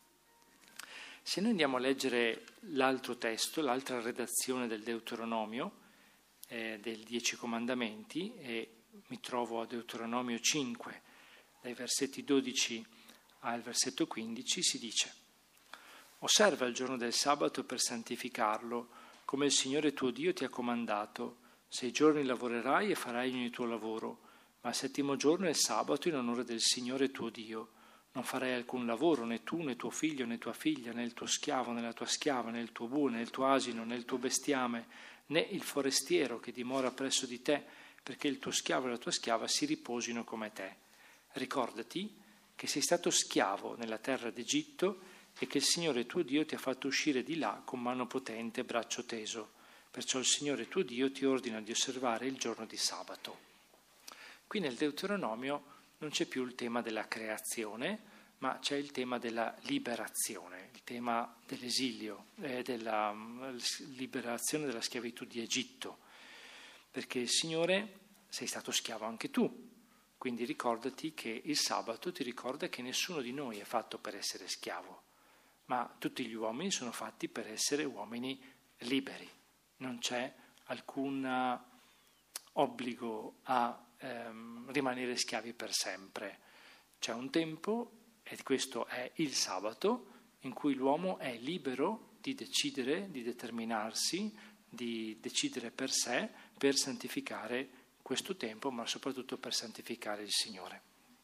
Se noi andiamo a leggere l'altro testo, l'altra redazione del Deuteronomio, del 10 comandamenti, e mi trovo a Deuteronomio 5, dai versetti 12 al versetto 15, si dice: Osserva il giorno del sabato per santificarlo, come il Signore tuo Dio ti ha comandato. 6 giorni lavorerai e farai ogni tuo lavoro, ma il 7° giorno è il sabato in onore del Signore tuo Dio. Non farai alcun lavoro, né tu, né tuo figlio, né tua figlia, né il tuo schiavo, né la tua schiava, né il tuo bue, né il tuo asino, né il tuo bestiame, né il forestiero che dimora presso di te, perché il tuo schiavo e la tua schiava si riposino come te. Ricordati che sei stato schiavo nella terra d'Egitto e che il Signore tuo Dio ti ha fatto uscire di là con mano potente e braccio teso. Perciò il Signore tuo Dio ti ordina di osservare il giorno di sabato. Qui nel Deuteronomio non c'è più il tema della creazione, ma c'è il tema della liberazione, il tema dell'esilio, della liberazione dalla schiavitù di Egitto, perché il Signore, sei stato schiavo anche tu, quindi ricordati che il sabato ti ricorda che nessuno di noi è fatto per essere schiavo, ma tutti gli uomini sono fatti per essere uomini liberi, non c'è alcun obbligo a rimanere schiavi per sempre. C'è un tempo, e questo è il sabato, in cui l'uomo è libero di decidere, di determinarsi, di decidere per sé, per santificare questo tempo, ma soprattutto per santificare il Signore.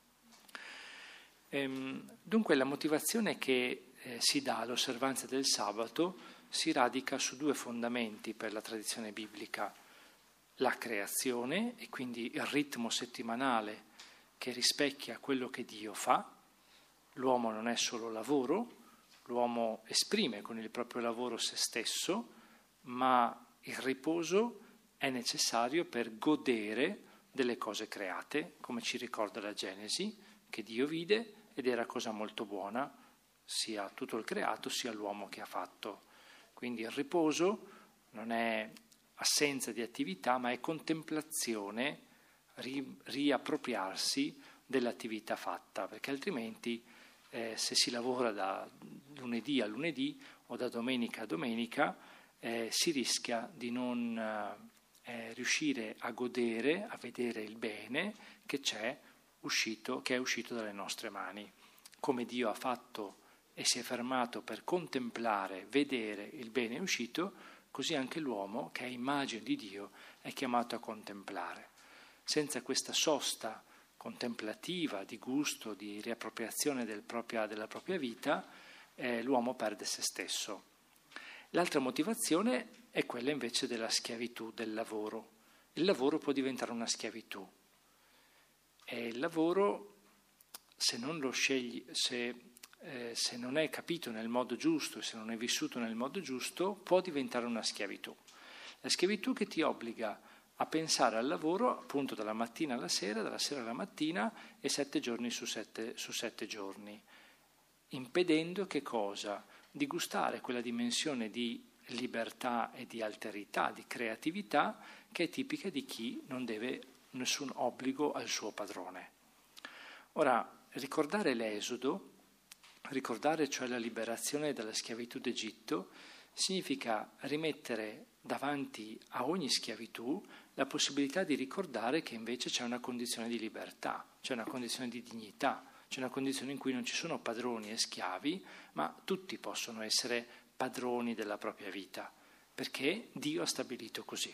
Dunque la motivazione che si dà all'osservanza del sabato si radica su 2 fondamenti per la tradizione biblica: la creazione, e quindi il ritmo settimanale che rispecchia quello che Dio fa. L'uomo non è solo lavoro, l'uomo esprime con il proprio lavoro se stesso, ma il riposo è necessario per godere delle cose create, come ci ricorda la Genesi, che Dio vide ed era cosa molto buona, sia tutto il creato sia l'uomo che ha fatto. Quindi il riposo non è assenza di attività, ma è contemplazione, riappropriarsi dell'attività fatta, perché altrimenti se si lavora da lunedì a lunedì o da domenica a domenica si rischia di non riuscire a godere, a vedere il bene che è uscito dalle nostre mani. Come Dio ha fatto e si è fermato per contemplare, vedere il bene uscito, così anche l'uomo, che è immagine di Dio, è chiamato a contemplare. Senza questa sosta contemplativa, di gusto, di riappropriazione della propria vita, l'uomo perde se stesso. L'altra motivazione è quella invece della schiavitù, del lavoro. Il lavoro può diventare una schiavitù. E il lavoro, se non lo scegli, se non è capito nel modo giusto e se non è vissuto nel modo giusto, può diventare una schiavitù. La schiavitù che ti obbliga a pensare al lavoro appunto dalla mattina alla sera, dalla sera alla mattina e 7 giorni su 7 giorni, impedendo che cosa? Di gustare quella dimensione di libertà e di alterità, di creatività che è tipica di chi non deve nessun obbligo al suo padrone. Ora, ricordare l'Esodo, ricordare cioè la liberazione dalla schiavitù d'Egitto, significa rimettere davanti a ogni schiavitù la possibilità di ricordare che invece c'è una condizione di libertà, c'è una condizione di dignità, c'è una condizione in cui non ci sono padroni e schiavi, ma tutti possono essere padroni della propria vita, perché Dio ha stabilito così.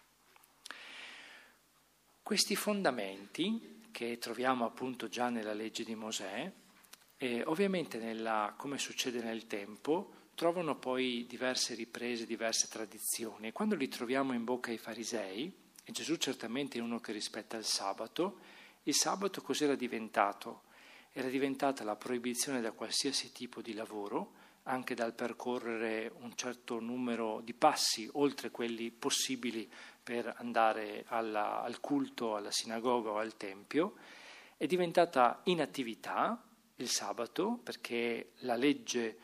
Questi fondamenti, che troviamo appunto già nella legge di Mosè, ovviamente come succede nel tempo, trovano poi diverse riprese, diverse tradizioni. E quando li troviamo in bocca ai farisei, e Gesù certamente è uno che rispetta il sabato cos'era diventato? Era diventata la proibizione da qualsiasi tipo di lavoro, anche dal percorrere un certo numero di passi, oltre quelli possibili per andare al culto, alla sinagoga o al tempio. È diventata inattività il sabato, perché la legge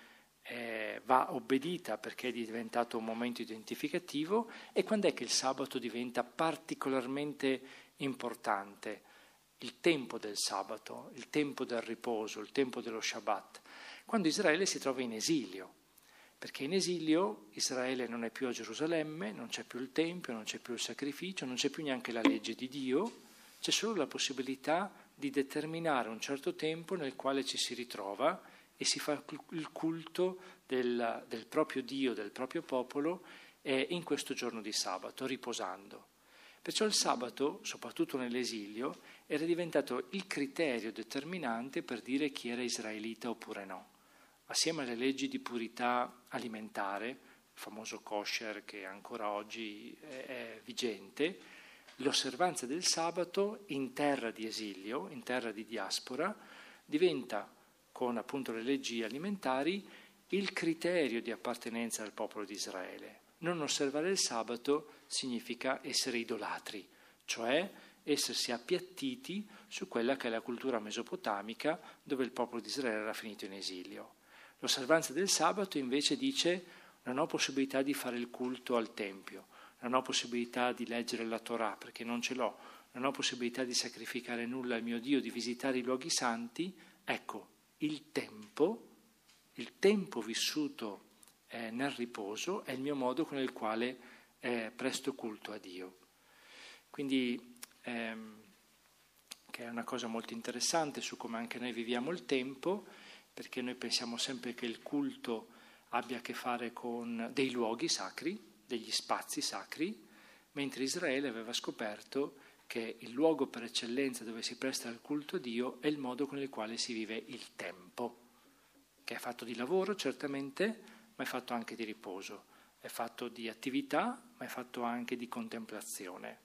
va obbedita, perché è diventato un momento identificativo. E quando è che il sabato diventa particolarmente importante? Il tempo del sabato, il tempo del riposo, il tempo dello Shabbat, quando Israele si trova in esilio, perché in esilio Israele non è più a Gerusalemme, non c'è più il Tempio, non c'è più il sacrificio, non c'è più neanche la legge di Dio, c'è solo la possibilità di determinare un certo tempo nel quale ci si ritrova e si fa il culto del proprio Dio, del proprio popolo, in questo giorno di sabato, riposando. Perciò il sabato, soprattutto nell'esilio, era diventato il criterio determinante per dire chi era israelita oppure no. Assieme alle leggi di purità alimentare, il famoso kosher che ancora oggi è vigente, l'osservanza del sabato in terra di esilio, in terra di diaspora, diventa, con appunto le leggi alimentari, il criterio di appartenenza al popolo di Israele. Non osservare il sabato significa essere idolatri, cioè essersi appiattiti su quella che è la cultura mesopotamica dove il popolo di Israele era finito in esilio. L'osservanza del sabato invece dice: non ho possibilità di fare il culto al Tempio, non ho possibilità di leggere la Torah perché non ce l'ho, non ho possibilità di sacrificare nulla al mio Dio, di visitare i luoghi santi. Ecco, il tempo vissuto nel riposo è il mio modo con il quale presto culto a Dio. Quindi che è una cosa molto interessante su come anche noi viviamo il tempo, perché noi pensiamo sempre che il culto abbia a che fare con dei luoghi sacri, degli spazi sacri, mentre Israele aveva scoperto che il luogo per eccellenza dove si presta il culto a Dio è il modo con il quale si vive il tempo, che è fatto di lavoro certamente, ma è fatto anche di riposo, è fatto di attività, ma è fatto anche di contemplazione.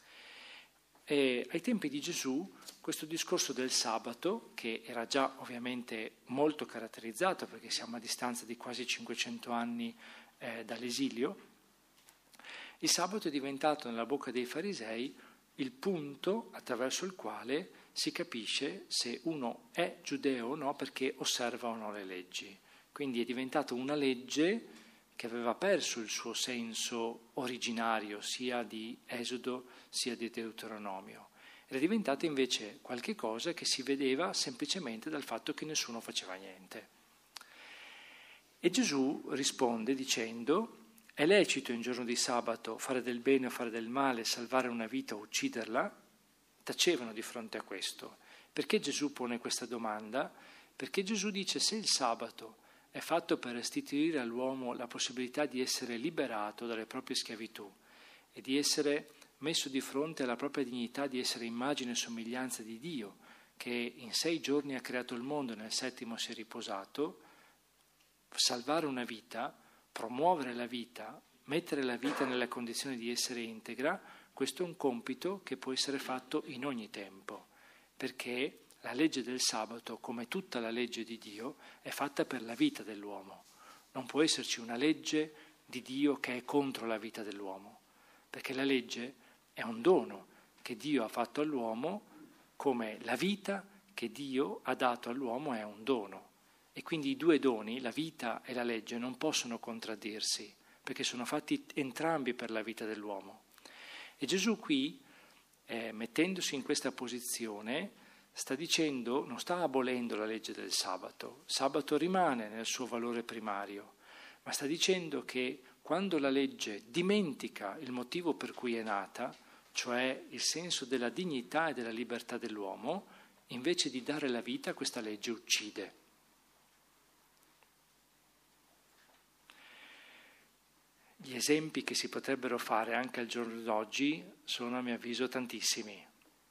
E ai tempi di Gesù questo discorso del sabato, che era già ovviamente molto caratterizzato perché siamo a distanza di quasi 500 anni dall'esilio, il sabato è diventato nella bocca dei farisei il punto attraverso il quale si capisce se uno è giudeo o no perché osserva o no le leggi. Quindi è diventato una legge che aveva perso il suo senso originario sia di Esodo sia di Deuteronomio. Era diventata invece qualche cosa che si vedeva semplicemente dal fatto che nessuno faceva niente. E Gesù risponde dicendo: è lecito in giorno di sabato fare del bene o fare del male, salvare una vita o ucciderla? Tacevano di fronte a questo. Perché Gesù pone questa domanda? Perché Gesù dice: se il sabato è fatto per restituire all'uomo la possibilità di essere liberato dalle proprie schiavitù e di essere messo di fronte alla propria dignità di essere immagine e somiglianza di Dio, che in 6 giorni ha creato il mondo e nel 7° si è riposato, salvare una vita, promuovere la vita, mettere la vita nella condizione di essere integra, questo è un compito che può essere fatto in ogni tempo, perché la legge del sabato, come tutta la legge di Dio, è fatta per la vita dell'uomo. Non può esserci una legge di Dio che è contro la vita dell'uomo, perché la legge è è un dono che Dio ha fatto all'uomo, come la vita che Dio ha dato all'uomo è un dono. E quindi i due doni, la vita e la legge, non possono contraddirsi, perché sono fatti entrambi per la vita dell'uomo. E Gesù qui, mettendosi in questa posizione, sta dicendo, non sta abolendo la legge del sabato, il sabato rimane nel suo valore primario, ma sta dicendo che quando la legge dimentica il motivo per cui è nata, cioè il senso della dignità e della libertà dell'uomo, invece di dare la vita, questa legge uccide. Gli esempi che si potrebbero fare anche al giorno d'oggi sono, a mio avviso, tantissimi,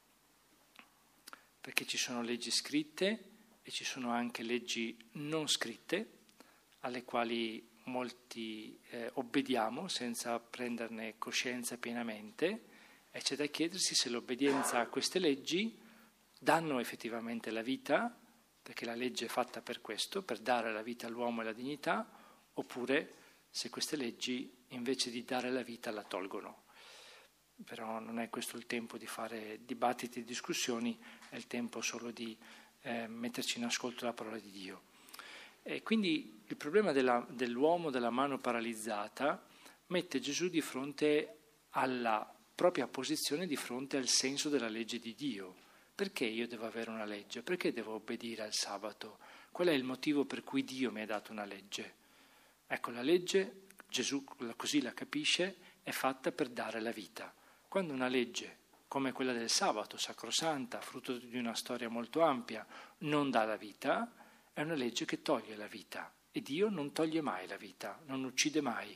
perché ci sono leggi scritte e ci sono anche leggi non scritte, alle quali molti obbediamo senza prenderne coscienza pienamente, e c'è da chiedersi se l'obbedienza a queste leggi danno effettivamente la vita, perché la legge è fatta per questo, per dare la vita all'uomo e la dignità, oppure se queste leggi invece di dare la vita la tolgono. Però non è questo il tempo di fare dibattiti e discussioni, è il tempo solo di metterci in ascolto la parola di Dio. E quindi il problema dell'uomo della mano paralizzata mette Gesù di fronte alla propria posizione, di fronte al senso della legge di Dio. Perché io devo avere una legge? Perché devo obbedire al sabato? Qual è il motivo per cui Dio mi ha dato una legge? Ecco, la legge, Gesù così la capisce, è fatta per dare la vita. Quando una legge, come quella del sabato, sacrosanta, frutto di una storia molto ampia, non dà la vita, è una legge che toglie la vita. E Dio non toglie mai la vita, non uccide mai,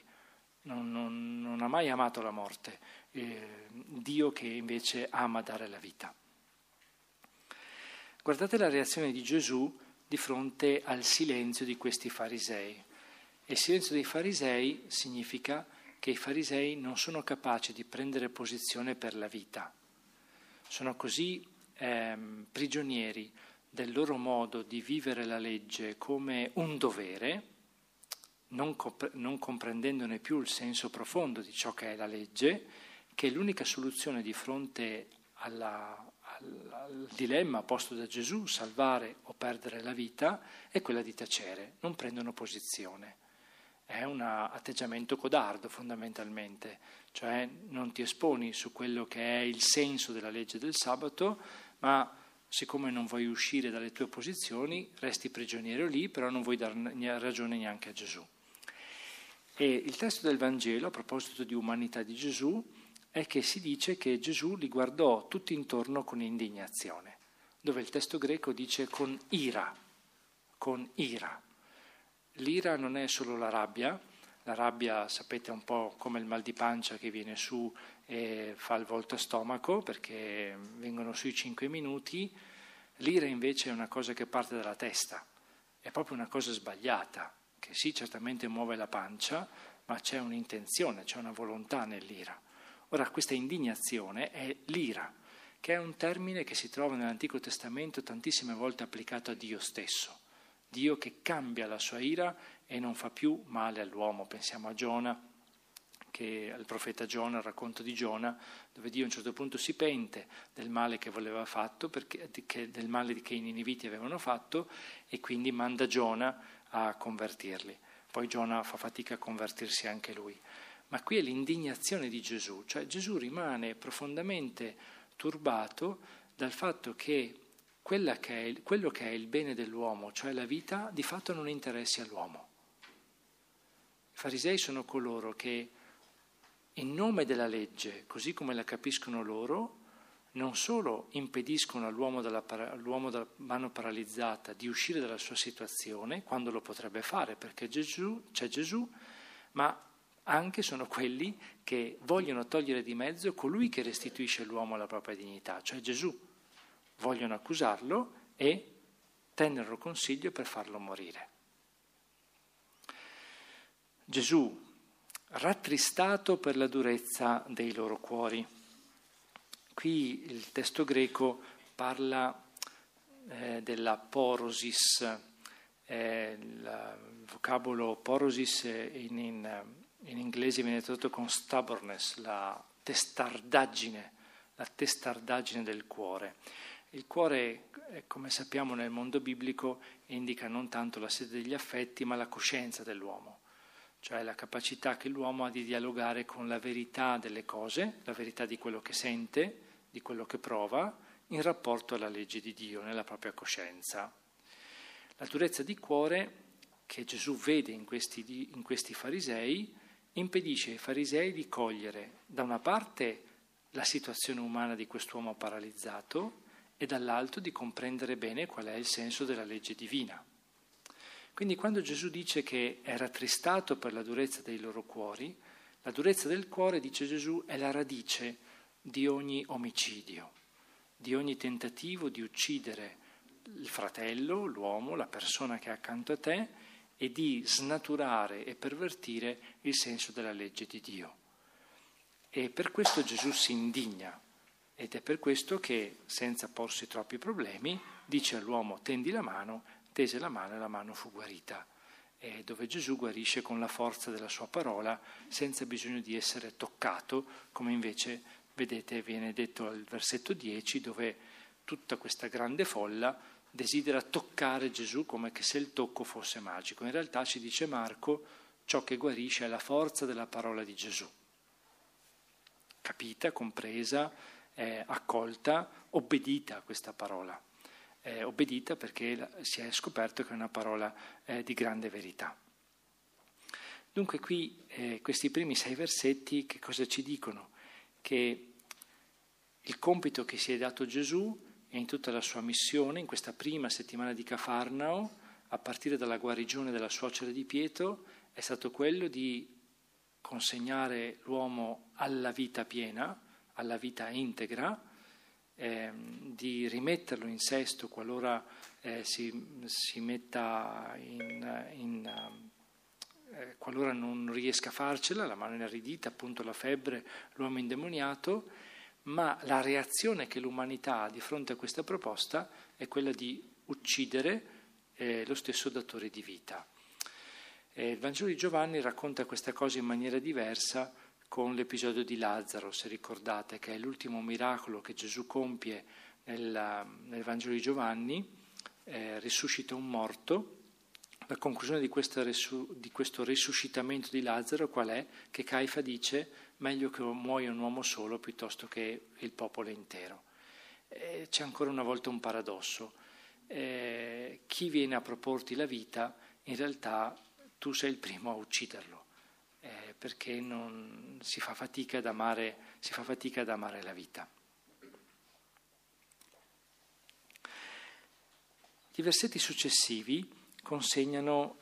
non ha mai amato la morte. Dio che invece ama dare la vita. Guardate la reazione di Gesù di fronte al silenzio di questi farisei. E il silenzio dei farisei significa che i farisei non sono capaci di prendere posizione per la vita. Sono così prigionieri del loro modo di vivere la legge come un dovere, non comprendendone più il senso profondo di ciò che è la legge, che l'unica soluzione di fronte al dilemma posto da Gesù, salvare o perdere la vita, è quella di tacere, non prendono posizione. È un atteggiamento codardo fondamentalmente, cioè non ti esponi su quello che è il senso della legge del sabato, ma siccome non vuoi uscire dalle tue posizioni, resti prigioniero lì, però non vuoi dare ragione neanche a Gesù. E il testo del Vangelo, a proposito di umanità di Gesù, è che si dice che Gesù li guardò tutti intorno con indignazione, dove il testo greco dice con ira, con ira. L'ira non è solo la rabbia sapete è un po' come il mal di pancia che viene su e fa il volto a stomaco perché vengono sui 5 minuti, l'ira invece è una cosa che parte dalla testa, è proprio una cosa sbagliata, che sì certamente muove la pancia, ma c'è un'intenzione, c'è una volontà nell'ira. Ora questa indignazione è l'ira, che è un termine che si trova nell'Antico Testamento tantissime volte applicato a Dio stesso. Dio che cambia la sua ira e non fa più male all'uomo. Pensiamo a Giona, al profeta Giona, il racconto di Giona, dove Dio a un certo punto si pente del male che aveva fatto, del male che i niniviti avevano fatto, e quindi manda Giona a convertirli. Poi Giona fa fatica a convertirsi anche lui. Ma qui è l'indignazione di Gesù, cioè Gesù rimane profondamente turbato dal fatto che quello che è il bene dell'uomo, cioè la vita, di fatto non interessi all'uomo. I farisei sono coloro che, in nome della legge, così come la capiscono loro, non solo impediscono all'uomo della mano paralizzata di uscire dalla sua situazione, quando lo potrebbe fare, perché c'è Gesù, ma anche sono quelli che vogliono togliere di mezzo colui che restituisce all'uomo la propria dignità, cioè Gesù. Vogliono accusarlo e tennero consiglio per farlo morire. Gesù, rattristato per la durezza dei loro cuori. Qui il testo greco parla della porosis, il vocabolo porosis in inglese viene tradotto con stubbornness, la testardaggine del cuore. Il cuore, come sappiamo nel mondo biblico, indica non tanto la sede degli affetti, ma la coscienza dell'uomo, cioè la capacità che l'uomo ha di dialogare con la verità delle cose, la verità di quello che sente, di quello che prova, in rapporto alla legge di Dio, nella propria coscienza. La durezza di cuore che Gesù vede in questi farisei impedisce ai farisei di cogliere da una parte la situazione umana di quest'uomo paralizzato e dall'altro di comprendere bene qual è il senso della legge divina. Quindi quando Gesù dice che è rattristato per la durezza dei loro cuori, la durezza del cuore, dice Gesù, è la radice di ogni omicidio, di ogni tentativo di uccidere il fratello, l'uomo, la persona che è accanto a te e di snaturare e pervertire il senso della legge di Dio. E per questo Gesù si indigna ed è per questo che, senza porsi troppi problemi, dice all'uomo tendi la mano, tese la mano e la mano fu guarita. E dove Gesù guarisce con la forza della sua parola senza bisogno di essere toccato, come invece, vedete, viene detto al versetto 10, dove tutta questa grande folla desidera toccare Gesù come che se il tocco fosse magico. In realtà, ci dice Marco, ciò che guarisce è la forza della parola di Gesù. Capita, compresa, accolta, obbedita a questa parola. Obbedita perché si è scoperto che è una parola di grande verità. Dunque qui questi primi 6 versetti che cosa ci dicono? Che il compito che si è dato Gesù e in tutta la sua missione, in questa prima settimana di Cafarnao, a partire dalla guarigione della suocera di Pietro, è stato quello di consegnare l'uomo alla vita piena, alla vita integra, di rimetterlo in sesto qualora si metta qualora non riesca a farcela, la mano inaridita, appunto la febbre, l'uomo indemoniato, ma la reazione che l'umanità ha di fronte a questa proposta è quella di uccidere lo stesso datore di vita. Il Vangelo di Giovanni racconta questa cosa in maniera diversa con l'episodio di Lazzaro, se ricordate, che è l'ultimo miracolo che Gesù compie nel Vangelo di Giovanni, risuscita un morto. La conclusione di questo risuscitamento di Lazzaro qual è? Che Caifa dice meglio che muoia un uomo solo piuttosto che il popolo intero. C'è ancora una volta un paradosso. Chi viene a proporti la vita, in realtà tu sei il primo a ucciderlo, perché si fa fatica ad amare la vita. I versetti successivi consegnano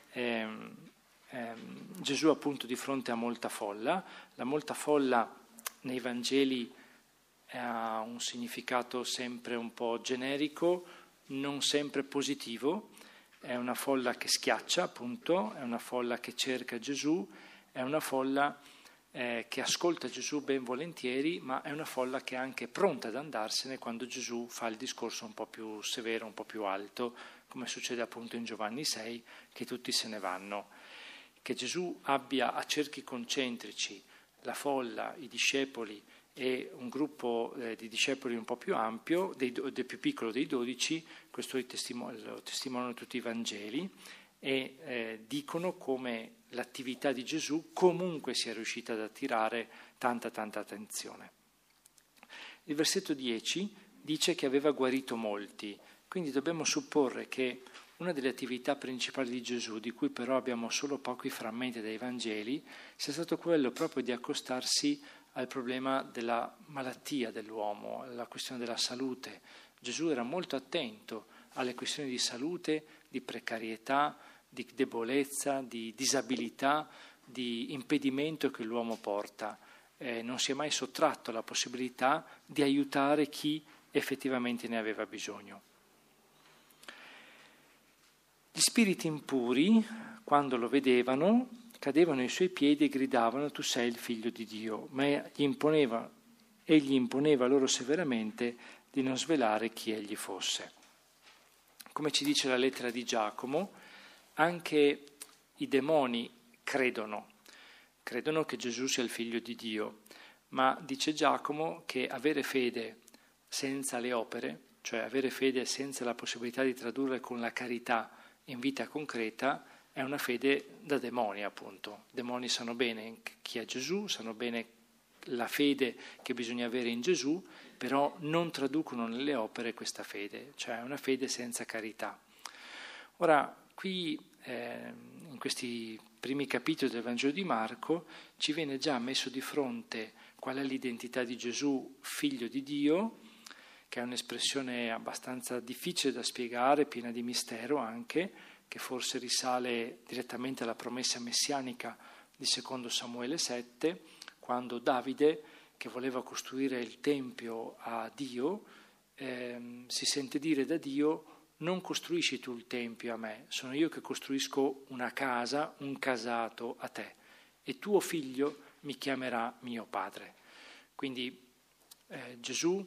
Gesù appunto di fronte a molta folla. La molta folla nei Vangeli ha un significato sempre un po' generico, non sempre positivo. È una folla che schiaccia, appunto, è una folla che cerca Gesù, è una folla che ascolta Gesù ben volentieri, ma è una folla che è anche pronta ad andarsene quando Gesù fa il discorso un po' più severo, un po' più alto, come succede appunto in Giovanni 6, che tutti se ne vanno. Che Gesù abbia a cerchi concentrici la folla, i discepoli e un gruppo di discepoli un po' più ampio, del più piccolo dei 12, questo lo testimoniano tutti i Vangeli, e dicono come l'attività di Gesù comunque sia riuscita ad attirare tanta attenzione. Il versetto 10 dice che aveva guarito molti, quindi dobbiamo supporre che una delle attività principali di Gesù, di cui però abbiamo solo pochi frammenti dai Vangeli, sia stato quello proprio di accostarsi al problema della malattia dell'uomo, alla questione della salute. Gesù era molto attento alle questioni di salute, di precarietà, di debolezza, di disabilità, di impedimento che l'uomo porta. Non si è mai sottratto alla possibilità di aiutare chi effettivamente ne aveva bisogno. Gli spiriti impuri, quando lo vedevano, cadevano ai suoi piedi e gridavano: tu sei il figlio di Dio, ma egli imponeva loro severamente di non svelare chi egli fosse. Come ci dice la lettera di Giacomo, anche i demoni credono che Gesù sia il figlio di Dio, ma dice Giacomo che avere fede senza le opere, cioè avere fede senza la possibilità di tradurre con la carità in vita concreta, è una fede da demoni, appunto. I demoni sanno bene chi è Gesù, sanno bene la fede che bisogna avere in Gesù, però non traducono nelle opere questa fede, cioè una fede senza carità. Ora, qui in questi primi capitoli del Vangelo di Marco ci viene già messo di fronte qual è l'identità di Gesù, figlio di Dio, che è un'espressione abbastanza difficile da spiegare, piena di mistero anche, che forse risale direttamente alla promessa messianica di secondo Samuele 7, quando Davide, che voleva costruire il Tempio a Dio, si sente dire da Dio: non costruisci tu il Tempio a me, sono io che costruisco una casa, un casato a te, e tuo figlio mi chiamerà mio padre. Quindi Gesù,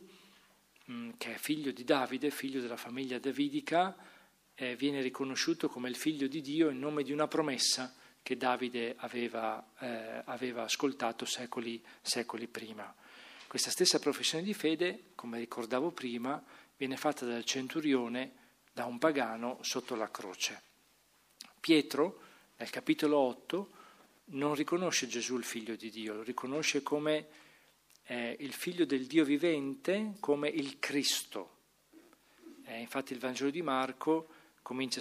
che è figlio di Davide, figlio della famiglia davidica, viene riconosciuto come il figlio di Dio in nome di una promessa che Davide aveva ascoltato secoli prima. Questa stessa professione di fede, come ricordavo prima, viene fatta dal centurione, da un pagano sotto la croce. Pietro, nel capitolo 8, non riconosce Gesù il figlio di Dio, lo riconosce come il figlio del Dio vivente, come il Cristo. Infatti il Vangelo di Marco comincia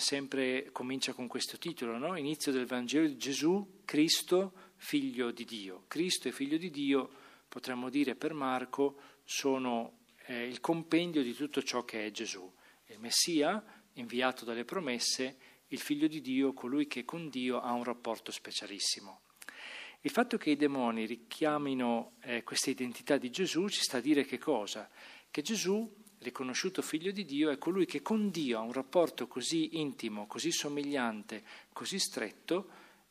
con questo titolo, no? Inizio del Vangelo di Gesù, Cristo, figlio di Dio. Cristo e figlio di Dio, potremmo dire per Marco, sono il compendio di tutto ciò che è Gesù. Il Messia, inviato dalle promesse, il figlio di Dio, colui che con Dio ha un rapporto specialissimo. Il fatto che i demoni richiamino questa identità di Gesù ci sta a dire che cosa? Che Gesù, riconosciuto figlio di Dio, è colui che con Dio ha un rapporto così intimo, così somigliante, così stretto,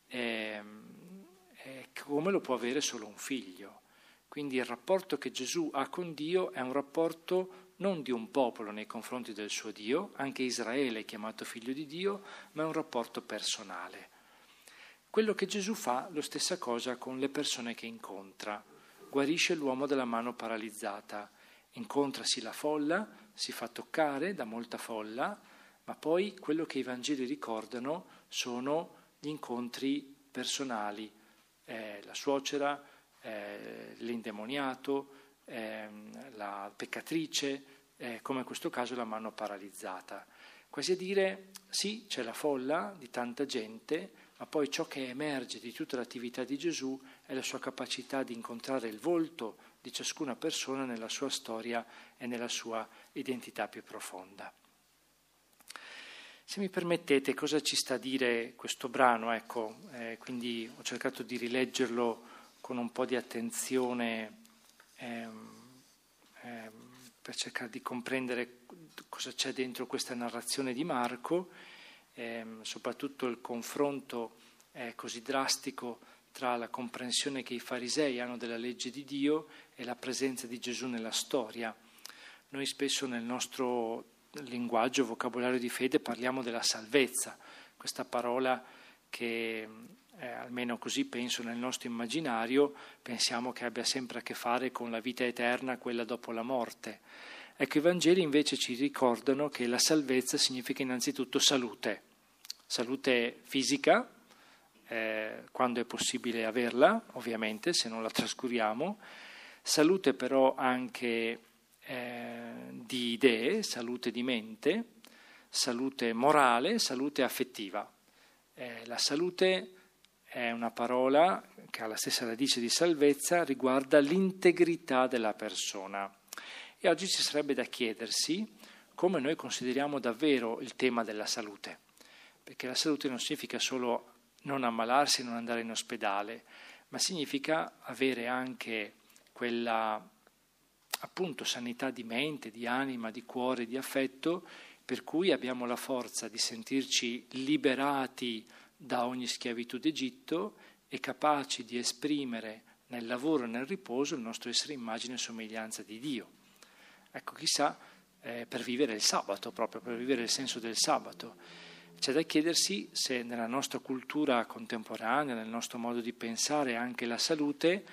come lo può avere solo un figlio. Quindi il rapporto che Gesù ha con Dio è un rapporto non di un popolo nei confronti del suo Dio, anche Israele è chiamato figlio di Dio, ma è un rapporto personale. Quello che Gesù fa, lo stessa cosa con le persone che incontra. Guarisce l'uomo dalla mano paralizzata, incontrasi la folla, si fa toccare da molta folla, ma poi quello che i Vangeli ricordano sono gli incontri personali, la suocera, l'indemoniato, la peccatrice, come in questo caso la mano paralizzata. Quasi a dire, sì, c'è la folla di tanta gente, ma poi ciò che emerge di tutta l'attività di Gesù è la sua capacità di incontrare il volto di ciascuna persona nella sua storia e nella sua identità più profonda. Se mi permettete, cosa ci sta a dire questo brano? Ecco, quindi ho cercato di rileggerlo con un po' di attenzione per cercare di comprendere cosa c'è dentro questa narrazione di Marco, soprattutto il confronto così drastico tra la comprensione che i farisei hanno della legge di Dio e la presenza di Gesù nella storia. Noi spesso nel nostro linguaggio, vocabolario di fede, parliamo della salvezza, questa parola che almeno così penso nel nostro immaginario, pensiamo che abbia sempre a che fare con la vita eterna, quella dopo la morte. Ecco, i Vangeli invece ci ricordano che la salvezza significa innanzitutto salute fisica, quando è possibile averla, ovviamente, se non la trascuriamo, salute però anche di idee, salute di mente, salute morale, salute affettiva. La salute è una parola che ha la stessa radice di salvezza, riguarda l'integrità della persona. E oggi ci sarebbe da chiedersi come noi consideriamo davvero il tema della salute, perché la salute non significa solo non ammalarsi, non andare in ospedale, ma significa avere anche quella appunto sanità di mente, di anima, di cuore, di affetto, per cui abbiamo la forza di sentirci liberati da ogni schiavitù d'Egitto e capaci di esprimere nel lavoro e nel riposo il nostro essere immagine e somiglianza di Dio. Ecco, chissà, per vivere il sabato, proprio per vivere il senso del sabato. C'è da chiedersi se nella nostra cultura contemporanea, nel nostro modo di pensare anche la salute,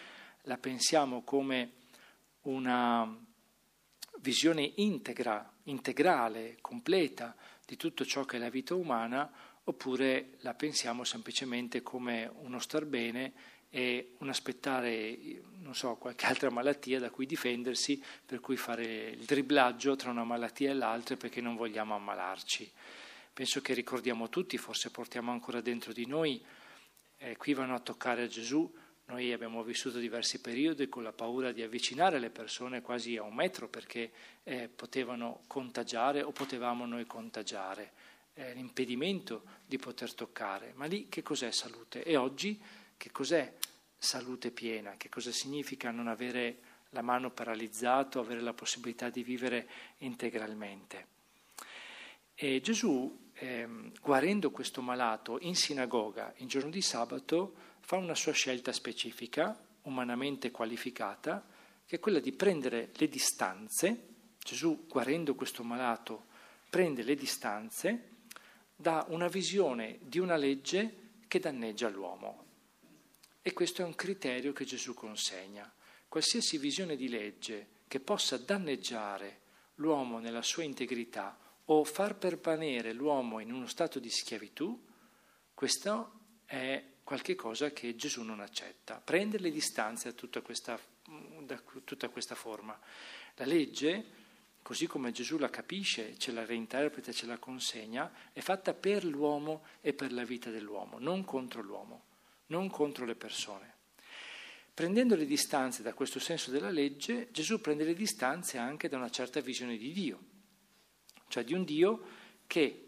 la pensiamo come una visione integrale, completa di tutto ciò che è la vita umana, oppure la pensiamo semplicemente come uno star bene e un aspettare, non so, qualche altra malattia da cui difendersi, per cui fare il dribblaggio tra una malattia e l'altra perché non vogliamo ammalarci. Penso che ricordiamo tutti, forse portiamo ancora dentro di noi, qui vanno a toccare a Gesù. Noi abbiamo vissuto diversi periodi con la paura di avvicinare le persone quasi a 1 metro perché potevano contagiare o potevamo noi contagiare, l'impedimento di poter toccare. Ma lì che cos'è salute? E oggi che cos'è salute piena? Che cosa significa non avere la mano paralizzata, avere la possibilità di vivere integralmente? E Gesù, guarendo questo malato in sinagoga, in giorno di sabato, fa una sua scelta specifica, umanamente qualificata, che è quella di prendere le distanze. Gesù, guarendo questo malato, prende le distanze da una visione di una legge che danneggia l'uomo. E questo è un criterio che Gesù consegna. Qualsiasi visione di legge che possa danneggiare l'uomo nella sua integrità o far permanere l'uomo in uno stato di schiavitù, questo è qualche cosa che Gesù non accetta. Prendere le distanze da tutta questa forma. La legge, così come Gesù la capisce, ce la reinterpreta, ce la consegna, è fatta per l'uomo e per la vita dell'uomo, non contro l'uomo, non contro le persone. Prendendo le distanze da questo senso della legge, Gesù prende le distanze anche da una certa visione di Dio, cioè di un Dio che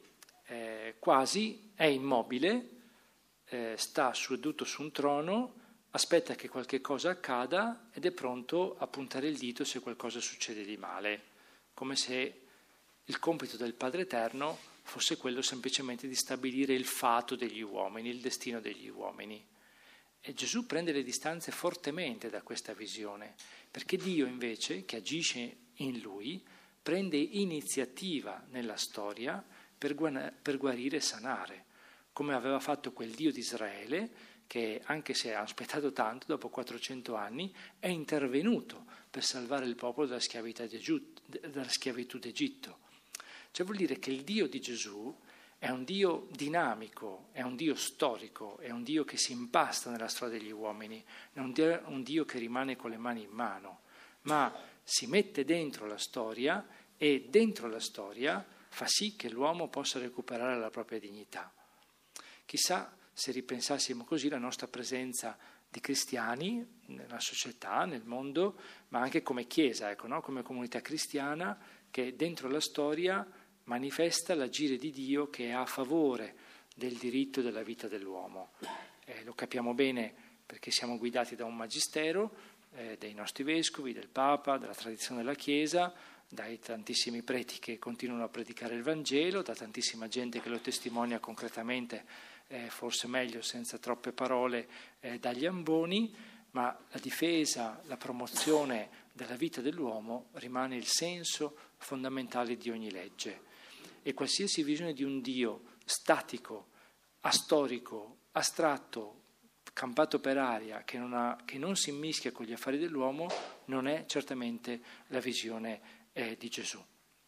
quasi è immobile, sta seduto su un trono, aspetta che qualche cosa accada ed è pronto a puntare il dito se qualcosa succede di male, come se il compito del Padre Eterno fosse quello semplicemente di stabilire il fato degli uomini, il destino degli uomini. E Gesù prende le distanze fortemente da questa visione, perché Dio invece, che agisce in lui, prende iniziativa nella storia per guarire e sanare, come aveva fatto quel Dio di Israele, che anche se ha aspettato tanto, dopo 400 anni, è intervenuto per salvare il popolo dalla schiavitù d'Egitto. Cioè vuol dire che il Dio di Gesù è un Dio dinamico, è un Dio storico, è un Dio che si impasta nella storia degli uomini, non è un Dio che rimane con le mani in mano, ma si mette dentro la storia e dentro la storia fa sì che l'uomo possa recuperare la propria dignità. Chissà se ripensassimo così la nostra presenza di cristiani nella società, nel mondo, ma anche come Chiesa, ecco, no? Come comunità cristiana che dentro la storia manifesta l'agire di Dio che è a favore del diritto della vita dell'uomo. Lo capiamo bene perché siamo guidati da un magistero, dei nostri vescovi, del Papa, dalla tradizione della Chiesa, dai tantissimi preti che continuano a predicare il Vangelo, da tantissima gente che lo testimonia concretamente, forse meglio senza troppe parole, dagli amboni, ma la difesa, la promozione della vita dell'uomo rimane il senso fondamentale di ogni legge. E qualsiasi visione di un Dio statico, astorico, astratto, campato per aria, che non si immischia con gli affari dell'uomo, non è certamente la visione di Gesù.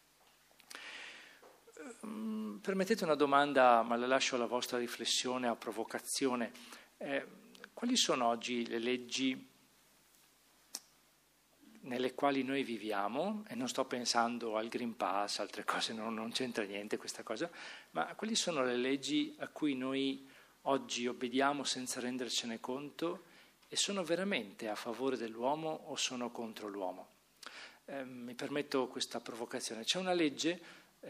Permettete una domanda, ma la lascio alla vostra riflessione, a provocazione. Quali sono oggi le leggi nelle quali noi viviamo? E non sto pensando al Green Pass, altre cose, non c'entra niente questa cosa, ma quali sono le leggi a cui noi oggi obbediamo senza rendercene conto e sono veramente a favore dell'uomo o sono contro l'uomo? Mi permetto questa provocazione. C'è una legge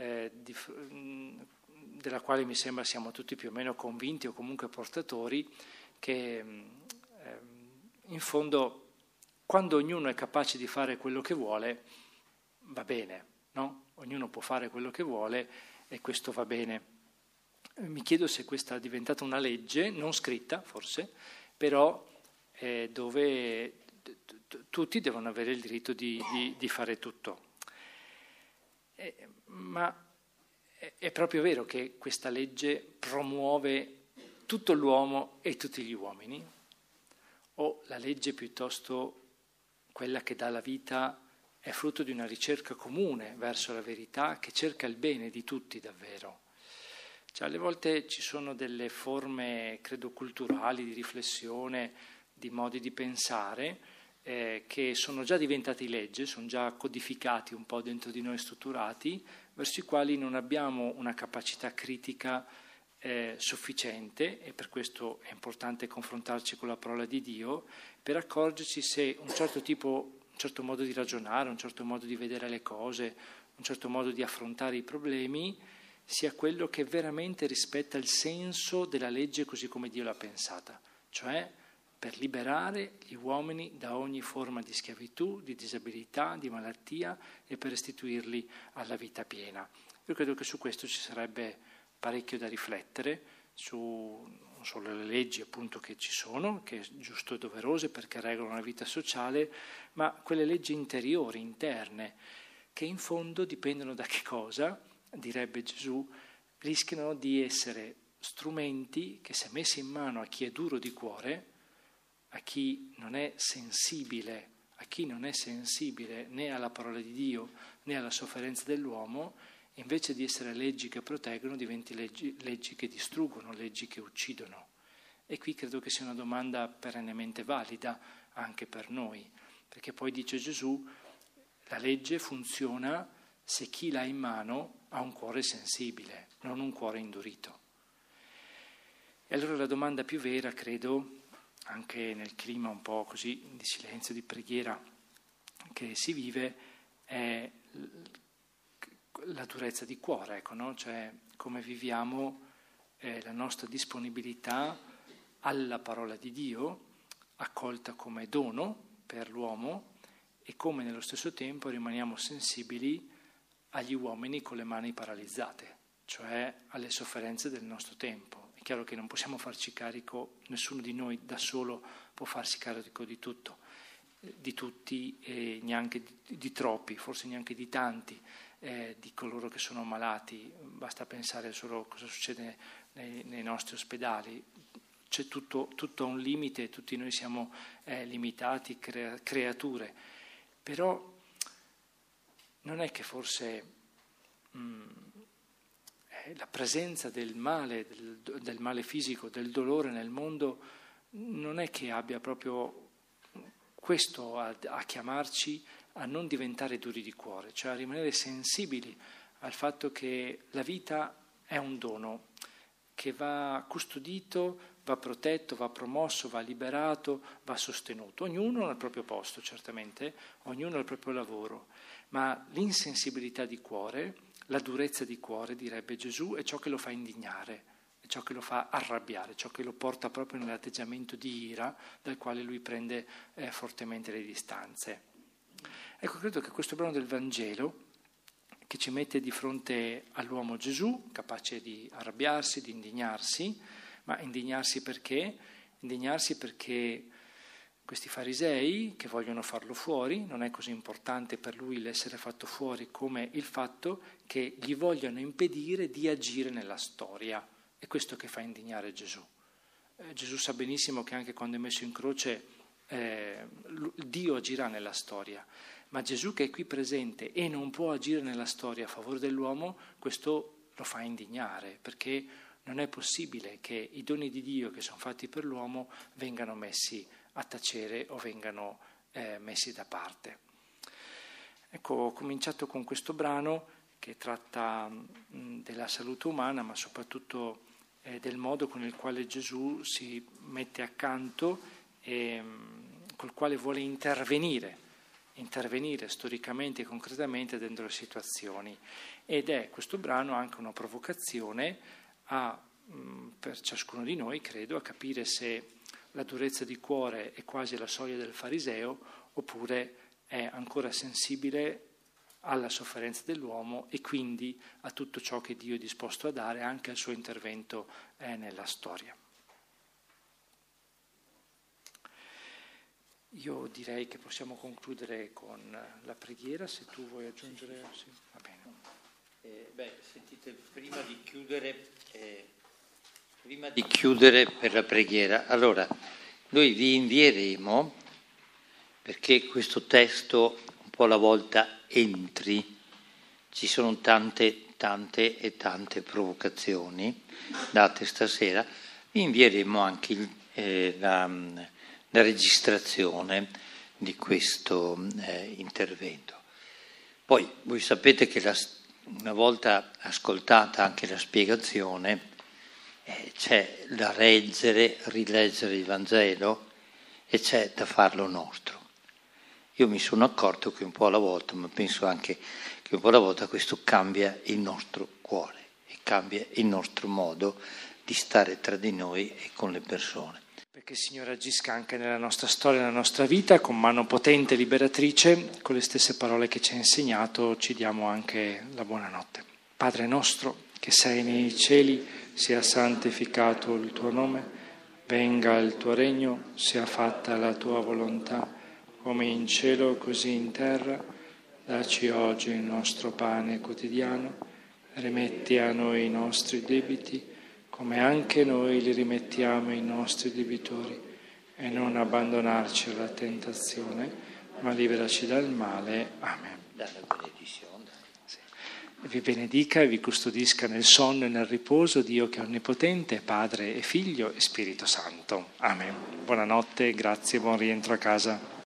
della quale mi sembra siamo tutti più o meno convinti o comunque portatori, che in fondo quando ognuno è capace di fare quello che vuole va bene, no? Ognuno può fare quello che vuole e questo va bene. Mi chiedo se questa è diventata una legge, non scritta forse, però dove tutti devono avere il diritto di fare tutto. Ma è proprio vero che questa legge promuove tutto l'uomo e tutti gli uomini? o la legge piuttosto quella che dà la vita è frutto di una ricerca comune verso la verità che cerca il bene di tutti davvero. Cioè, alle volte ci sono delle forme, credo, culturali, di riflessione, di modi di pensare che sono già diventati legge, sono già codificati un po' dentro di noi, strutturati, verso i quali non abbiamo una capacità critica sufficiente, e per questo è importante confrontarci con la parola di Dio, per accorgerci se un certo modo di ragionare, un certo modo di vedere le cose, un certo modo di affrontare i problemi sia quello che veramente rispetta il senso della legge così come Dio l'ha pensata, cioè per liberare gli uomini da ogni forma di schiavitù, di disabilità, di malattia e per restituirli alla vita piena. Io credo che su questo ci sarebbe parecchio da riflettere, non solo le leggi appunto che ci sono, che è giusto e doverose perché regolano la vita sociale, ma quelle leggi interiori, interne, che in fondo dipendono da che cosa, direbbe Gesù, rischiano di essere strumenti che, se messi in mano a chi è duro di cuore, a chi non è sensibile né alla parola di Dio né alla sofferenza dell'uomo, invece di essere leggi che proteggono, diventi leggi che distruggono, leggi che uccidono. E qui credo che sia una domanda perennemente valida anche per noi, perché poi dice Gesù, la legge funziona se chi l'ha in mano ha un cuore sensibile, non un cuore indurito. E allora la domanda più vera, credo, anche nel clima un po' così di silenzio, di preghiera che si vive, è la durezza di cuore, ecco, no? Cioè come viviamo la nostra disponibilità alla parola di Dio, accolta come dono per l'uomo, e come nello stesso tempo rimaniamo sensibili agli uomini con le mani paralizzate, cioè alle sofferenze del nostro tempo. È chiaro che non possiamo farci carico, nessuno di noi da solo può farsi carico di tutto, di tutti e neanche di troppi, forse neanche di tanti, di coloro che sono malati. Basta pensare solo cosa succede nei nostri ospedali. C'è tutto a un limite, tutti noi siamo limitati, creature. Però non è che forse la presenza del male fisico, del dolore nel mondo, non è che abbia proprio questo a chiamarci a non diventare duri di cuore, cioè a rimanere sensibili al fatto che la vita è un dono che va custodito, va protetto, va promosso, va liberato, va sostenuto. Ognuno al proprio posto, certamente, ognuno al proprio lavoro, ma l'insensibilità di cuore, la durezza di cuore, direbbe Gesù, è ciò che lo fa indignare, è ciò che lo fa arrabbiare, ciò che lo porta proprio nell'atteggiamento di ira dal quale lui prende fortemente le distanze. Ecco, credo che questo brano del Vangelo, che ci mette di fronte all'uomo Gesù, capace di arrabbiarsi, di indignarsi, ma indignarsi perché? Indignarsi perché questi farisei che vogliono farlo fuori, non è così importante per lui l'essere fatto fuori come il fatto che gli vogliono impedire di agire nella storia. È questo che fa indignare Gesù. Gesù sa benissimo che anche quando è messo in croce Dio agirà nella storia, ma Gesù che è qui presente e non può agire nella storia a favore dell'uomo, questo lo fa indignare, perché non è possibile che i doni di Dio che sono fatti per l'uomo vengano messi a tacere o vengano messi da parte. Ecco, ho cominciato con questo brano che tratta della salute umana, ma soprattutto del modo con il quale Gesù si mette accanto e col quale vuole intervenire storicamente e concretamente dentro le situazioni. Ed è questo brano anche una provocazione per ciascuno di noi, credo, a capire se la durezza di cuore è quasi alla soglia del fariseo oppure è ancora sensibile alla sofferenza dell'uomo e quindi a tutto ciò che Dio è disposto a dare, anche al suo intervento nella storia. Io direi che possiamo concludere con la preghiera, se tu vuoi aggiungere. Sì, va bene. Sentite, prima di chiudere per la preghiera, allora noi vi invieremo, perché questo testo un po' alla volta entri, ci sono tante provocazioni date stasera, vi invieremo anche la registrazione di questo intervento. Poi voi sapete che una volta ascoltata anche la spiegazione, c'è da rileggere il Vangelo e c'è da farlo nostro. Io mi sono accorto che un po' alla volta, ma penso anche che un po' alla volta questo cambia il nostro cuore e cambia il nostro modo di stare tra di noi e con le persone. Perché il Signore agisca anche nella nostra storia, nella nostra vita, con mano potente e liberatrice, con le stesse parole che ci ha insegnato, ci diamo anche la buonanotte. Padre nostro, che sei nei cieli, sia santificato il tuo nome, venga il tuo regno, sia fatta la tua volontà, come in cielo così in terra. Dacci oggi il nostro pane quotidiano, rimetti a noi i nostri debiti, come anche noi li rimettiamo ai nostri debitori, e non abbandonarci alla tentazione, ma liberaci dal male. Amen. Dalla benedizione. Sì. E vi benedica e vi custodisca nel sonno e nel riposo Dio che è onnipotente, Padre e Figlio e Spirito Santo. Amen. Buonanotte, grazie, buon rientro a casa.